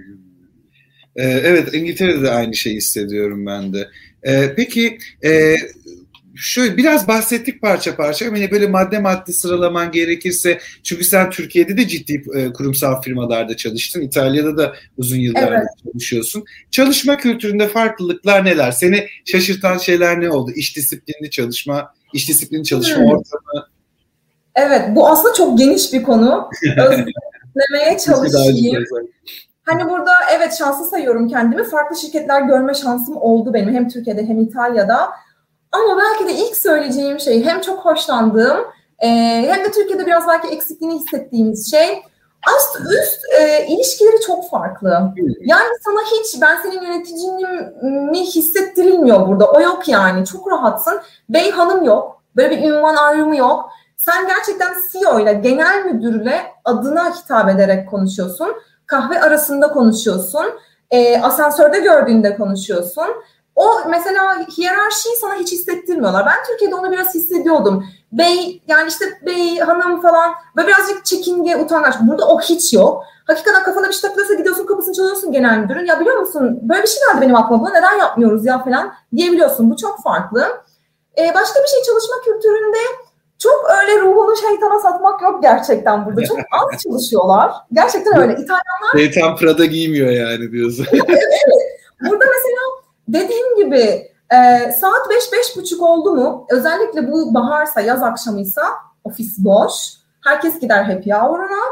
Evet, İngiltere'de de aynı şeyi hissediyorum ben de. Ee, peki, e, şöyle biraz bahsettik parça parça ama yine böyle madde madde sıralaman gerekirse, çünkü sen Türkiye'de de ciddi e, kurumsal firmalarda çalıştın, İtalya'da da uzun yıllardır evet. çalışıyorsun. Çalışma kültüründe farklılıklar neler? Seni şaşırtan şeyler ne oldu? İş disiplinli çalışma, iş disiplinli çalışma hmm. ortamı. Evet, bu aslında çok geniş bir konu. Özlemeye çalışayım. Hani burada evet şanslı sayıyorum kendimi. Farklı şirketler görme şansım oldu benim. Hem Türkiye'de hem İtalya'da. Ama belki de ilk söyleyeceğim şey hem çok hoşlandığım e, hem de Türkiye'de biraz belki eksikliğini hissettiğimiz şey ast üst e, ilişkileri çok farklı. Yani sana hiç ben senin yöneticini hissettirilmiyor burada. O yok yani. Çok rahatsın. Bey hanım yok. Böyle bir ünvan ayrımı yok. Sen gerçekten C E O ile genel müdürle adına hitap ederek konuşuyorsun. Kahve arasında konuşuyorsun. E, asansörde gördüğünde konuşuyorsun. O mesela hiyerarşiyi sana hiç hissettirmiyorlar. Ben Türkiye'de onu biraz hissediyordum. Bey yani işte bey, hanım falan ve birazcık çekinge, utangaç. Burada o hiç yok. Hakikaten kafana bir şey takılırsa gidiyorsun kapısını çalıyorsun genel müdürün. Ya biliyor musun böyle bir şey geldi benim aklıma. Bunu neden yapmıyoruz ya falan diyebiliyorsun. Bu çok farklı. E, başka bir şey çalışma kültüründe çok öyle ruhunu şeytana satmak yok gerçekten burada. Çok az çalışıyorlar. Gerçekten öyle. İtalyanlar... Şeytan Prada giymiyor yani diyorsun. Evet. Burada mesela dediğim gibi e, saat beş beş buçuk oldu mu? Özellikle bu baharsa, yaz akşamıysa ofis boş. Herkes gider happy hour'una.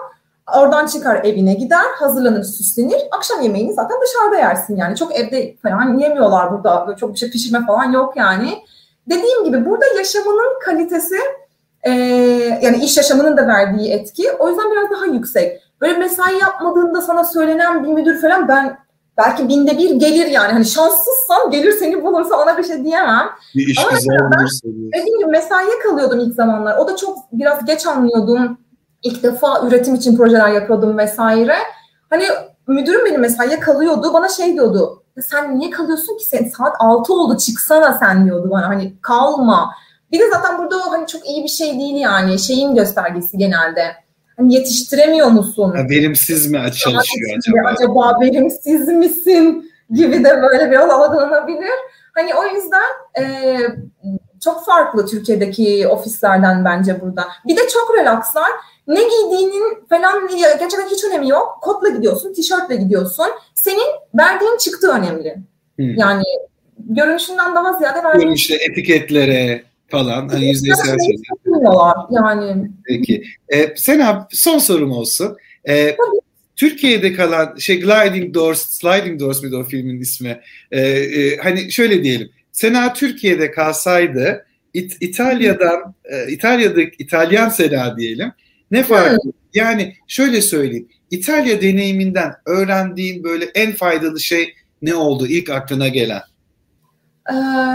Oradan çıkar evine gider, hazırlanır, süslenir. Akşam yemeğini zaten dışarıda yersin yani. Çok evde falan yemiyorlar burada. Böyle çok bir şey pişirme falan yok yani. Dediğim gibi burada yaşamının kalitesi, e, yani iş yaşamının da verdiği etki o yüzden biraz daha yüksek. Böyle mesai yapmadığında sana söylenen bir müdür falan ben belki binde bir gelir yani. Hani şanssızsam gelir seni bulursa ona bir şey diyemem. Bir iş ama güzel ben bulursa. dediğim gibi mesaiye kalıyordum ilk zamanlar. O da çok biraz geç anlıyordum. İlk defa üretim için projeler yapıyordum vesaire. Hani müdürüm benim mesaiye kalıyordu. Bana şey diyordu. Sen niye kalıyorsun ki? Sen, saat altı oldu çıksana sen diyordu bana. Hani kalma. Bir de zaten burada hani çok iyi bir şey değil yani. Şeyin göstergesi genelde. Hani yetiştiremiyor musun? Ha, verimsiz mi çalışıyor acaba? Acaba verimsiz misin? Gibi de böyle biraz algılanabilir. Hani o yüzden e, çok farklı Türkiye'deki ofislerden bence burada. Bir de çok relaxlar. Ne giydiğinin falan gerçekten hiç önemi yok. Kotla gidiyorsun, tişörtle gidiyorsun. Senin verdiğin çıktı önemli. Hmm. Yani görünüşünden daha ziyade verdiğin... Görünüşte etiketlere falan. Hani yüzeysel şeyler. Yani. Peki. Ee, Sena son sorum olsun. Ee, Türkiye'de kalan şey Gliding Doors, Sliding Doors muydu o filmin ismi? Ee, e, hani şöyle diyelim. Sena Türkiye'de kalsaydı İt- İtalya'dan, e, İtalya'da İtalyan Sena diyelim. Ne farkı? Hmm. Yani şöyle söyleyeyim. İtalya deneyiminden öğrendiğin böyle en faydalı şey ne oldu ilk aklına gelen? Ee,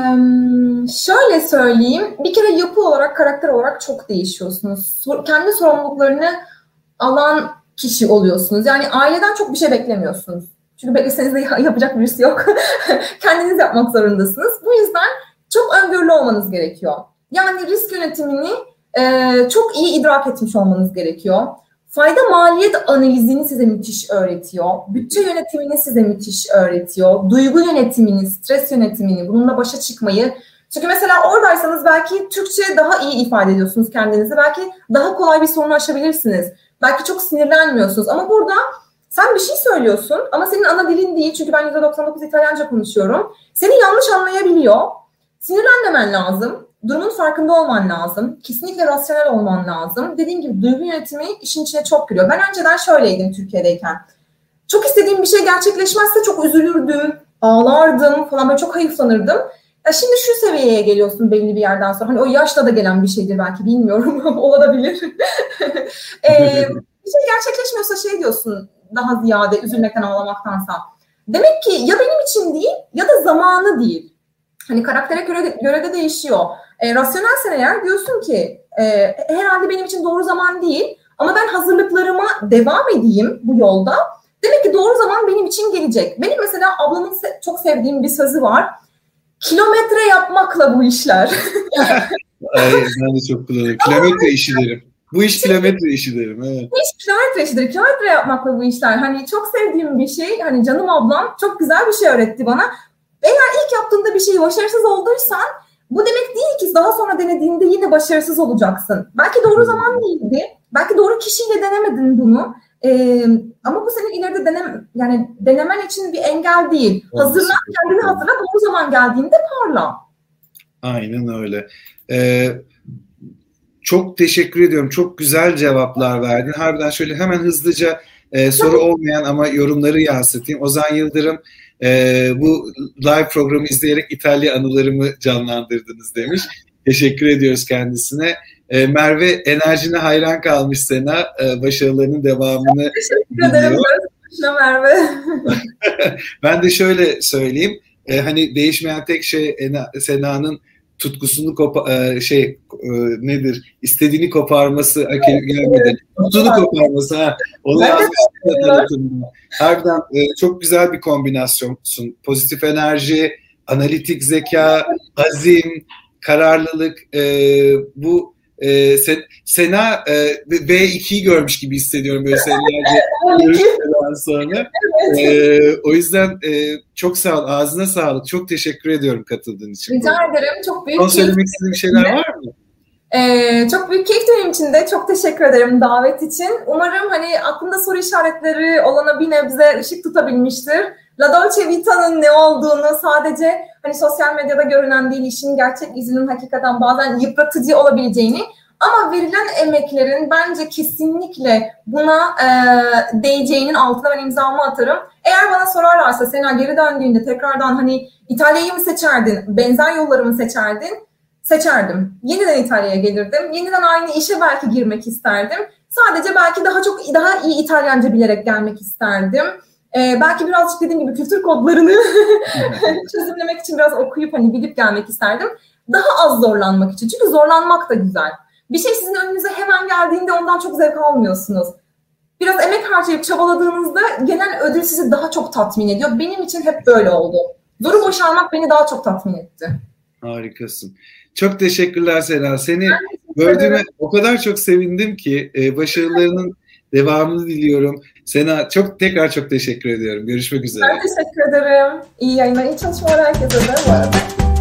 şöyle söyleyeyim. Bir kere yapı olarak, karakter olarak çok değişiyorsunuz. Kendi sorumluluklarını alan kişi oluyorsunuz. Yani aileden çok bir şey beklemiyorsunuz. Çünkü bekleseniz de yapacak birisi yok. Kendiniz yapmak zorundasınız. Bu yüzden çok öngörülü olmanız gerekiyor. Yani risk yönetimini e, çok iyi idrak etmiş olmanız gerekiyor. Fayda maliyet analizini size müthiş öğretiyor. Bütçe yönetimini size müthiş öğretiyor. Duygu yönetimini, stres yönetimini, bununla başa çıkmayı. Çünkü mesela oradaysanız belki Türkçe daha iyi ifade ediyorsunuz kendinizi. Belki daha kolay bir sorunu aşabilirsiniz. Belki çok sinirlenmiyorsunuz. Ama burada sen bir şey söylüyorsun ama senin ana dilin değil. Çünkü ben yüzde doksan dokuz İtalyanca konuşuyorum. Seni yanlış anlayabiliyor. Sinirlenmemen lazım. Durumun farkında olman lazım. Kesinlikle rasyonel olman lazım. Dediğim gibi duygu yönetimi işin içine çok giriyor. Ben önceden şöyleydim Türkiye'deyken. Çok istediğim bir şey gerçekleşmezse çok üzülürdüm, ağlardım falan, böyle çok hayıflanırdım. Ya şimdi şu seviyeye geliyorsun belli bir yerden sonra. Hani o yaşla da gelen bir şeydir belki, bilmiyorum. Olabilir. ee, bir şey gerçekleşmiyorsa şey diyorsun, daha ziyade üzülmekten, ağlamaktansa. Demek ki ya benim için değil ya da zamanı değil. Hani karaktere göre de, göre de değişiyor. E, rasyonelsen eğer diyorsun ki e, herhalde benim için doğru zaman değil ama ben hazırlıklarıma devam edeyim bu yolda. Demek ki doğru zaman benim için gelecek. Benim mesela ablamın se- çok sevdiğim bir sözü var. Kilometre yapmakla bu işler. Ay, ben de çok kullanıyorum. Kilometre işi derim. Bu iş kilometre işi derim. Evet. Bu iş kilometre işidir. Kilometre yapmakla bu işler. Hani çok sevdiğim bir şey. Hani canım ablam çok güzel bir şey öğretti bana. Eğer ilk yaptığında bir şeyi başarısız olduysan bu demek değil ki daha sonra denediğinde yine başarısız olacaksın. Belki doğru zaman değildi. Belki doğru kişiyle denemedin bunu. Ee, ama bu senin ileride denem, yani denemen için bir engel değil. Hazırlan, kendini hazırla, doğru zaman geldiğinde parla. Aynen öyle. Ee, çok teşekkür ediyorum. Çok güzel cevaplar verdin. Harbiden şöyle hemen hızlıca e, soru olmayan ama yorumları yansıtayım. Ozan Yıldırım, e, bu live programı izleyerek İtalya anılarımı canlandırdınız demiş. Teşekkür ediyoruz kendisine. E, Merve, enerjine hayran kalmış Sena. E, başarılarının devamını teşekkür ederim. Merve. Ben de şöyle söyleyeyim. E, hani değişmeyen tek şey Sena'nın tutkusunu kopa, e, şey e, nedir? İstediğini koparması gelmedi. Tuttuğunu koparması. Ha. Onu yazmıştım. Harbiden e, çok güzel bir kombinasyonsun. Pozitif enerji, analitik zeka, azim, kararlılılık. E, bu e, sen, Sena e, B ikiyi görmüş gibi hissediyorum böyle senelerce görüşmeden sonra. E, o yüzden e, çok sağ ol. Ağzına sağlık. Çok teşekkür ediyorum katıldığın için. Rica ederim. Çok büyük Son söylemek istediğim şeyler var mı? Ee, çok büyük keyif benim için de. Çok teşekkür ederim davet için. Umarım hani aklında soru işaretleri olana bir nebze ışık tutabilmiştir. La Dolce Vita'nın ne olduğunu, sadece hani sosyal medyada görünen değil, işin gerçek yüzünün hakikaten bazen yıpratıcı olabileceğini Ama verilen emeklerin bence kesinlikle buna e, değeceğinin altına ben imzamı atarım. Eğer bana sorarlarsa Sena geri döndüğünde tekrardan hani İtalya'yı mı seçerdin, benzer yolları mı seçerdin? Seçerdim. Yeniden İtalya'ya gelirdim. Yeniden aynı işe belki girmek isterdim. Sadece belki daha çok daha iyi İtalyanca bilerek gelmek isterdim. Ee, belki birazcık dediğim gibi kültür kodlarını çözümlemek için biraz okuyup hani bilip gelmek isterdim. Daha az zorlanmak için. Çünkü zorlanmak da güzel. Bir şey sizin önünüze hemen geldiğinde ondan çok zevk almıyorsunuz. Biraz emek harcayıp çabaladığınızda gelen ödül sizi daha çok tatmin ediyor. Benim için hep böyle oldu. Zoru başarmak beni daha çok tatmin etti. Harikasın. Çok teşekkürler Sena. Seni gördüğüme o kadar çok sevindim ki başarılarının devamını diliyorum. Sena çok tekrar çok teşekkür ediyorum. Görüşmek üzere. Ben teşekkür ederim. İyi yayınlar, iyi çalışmalar herkese de.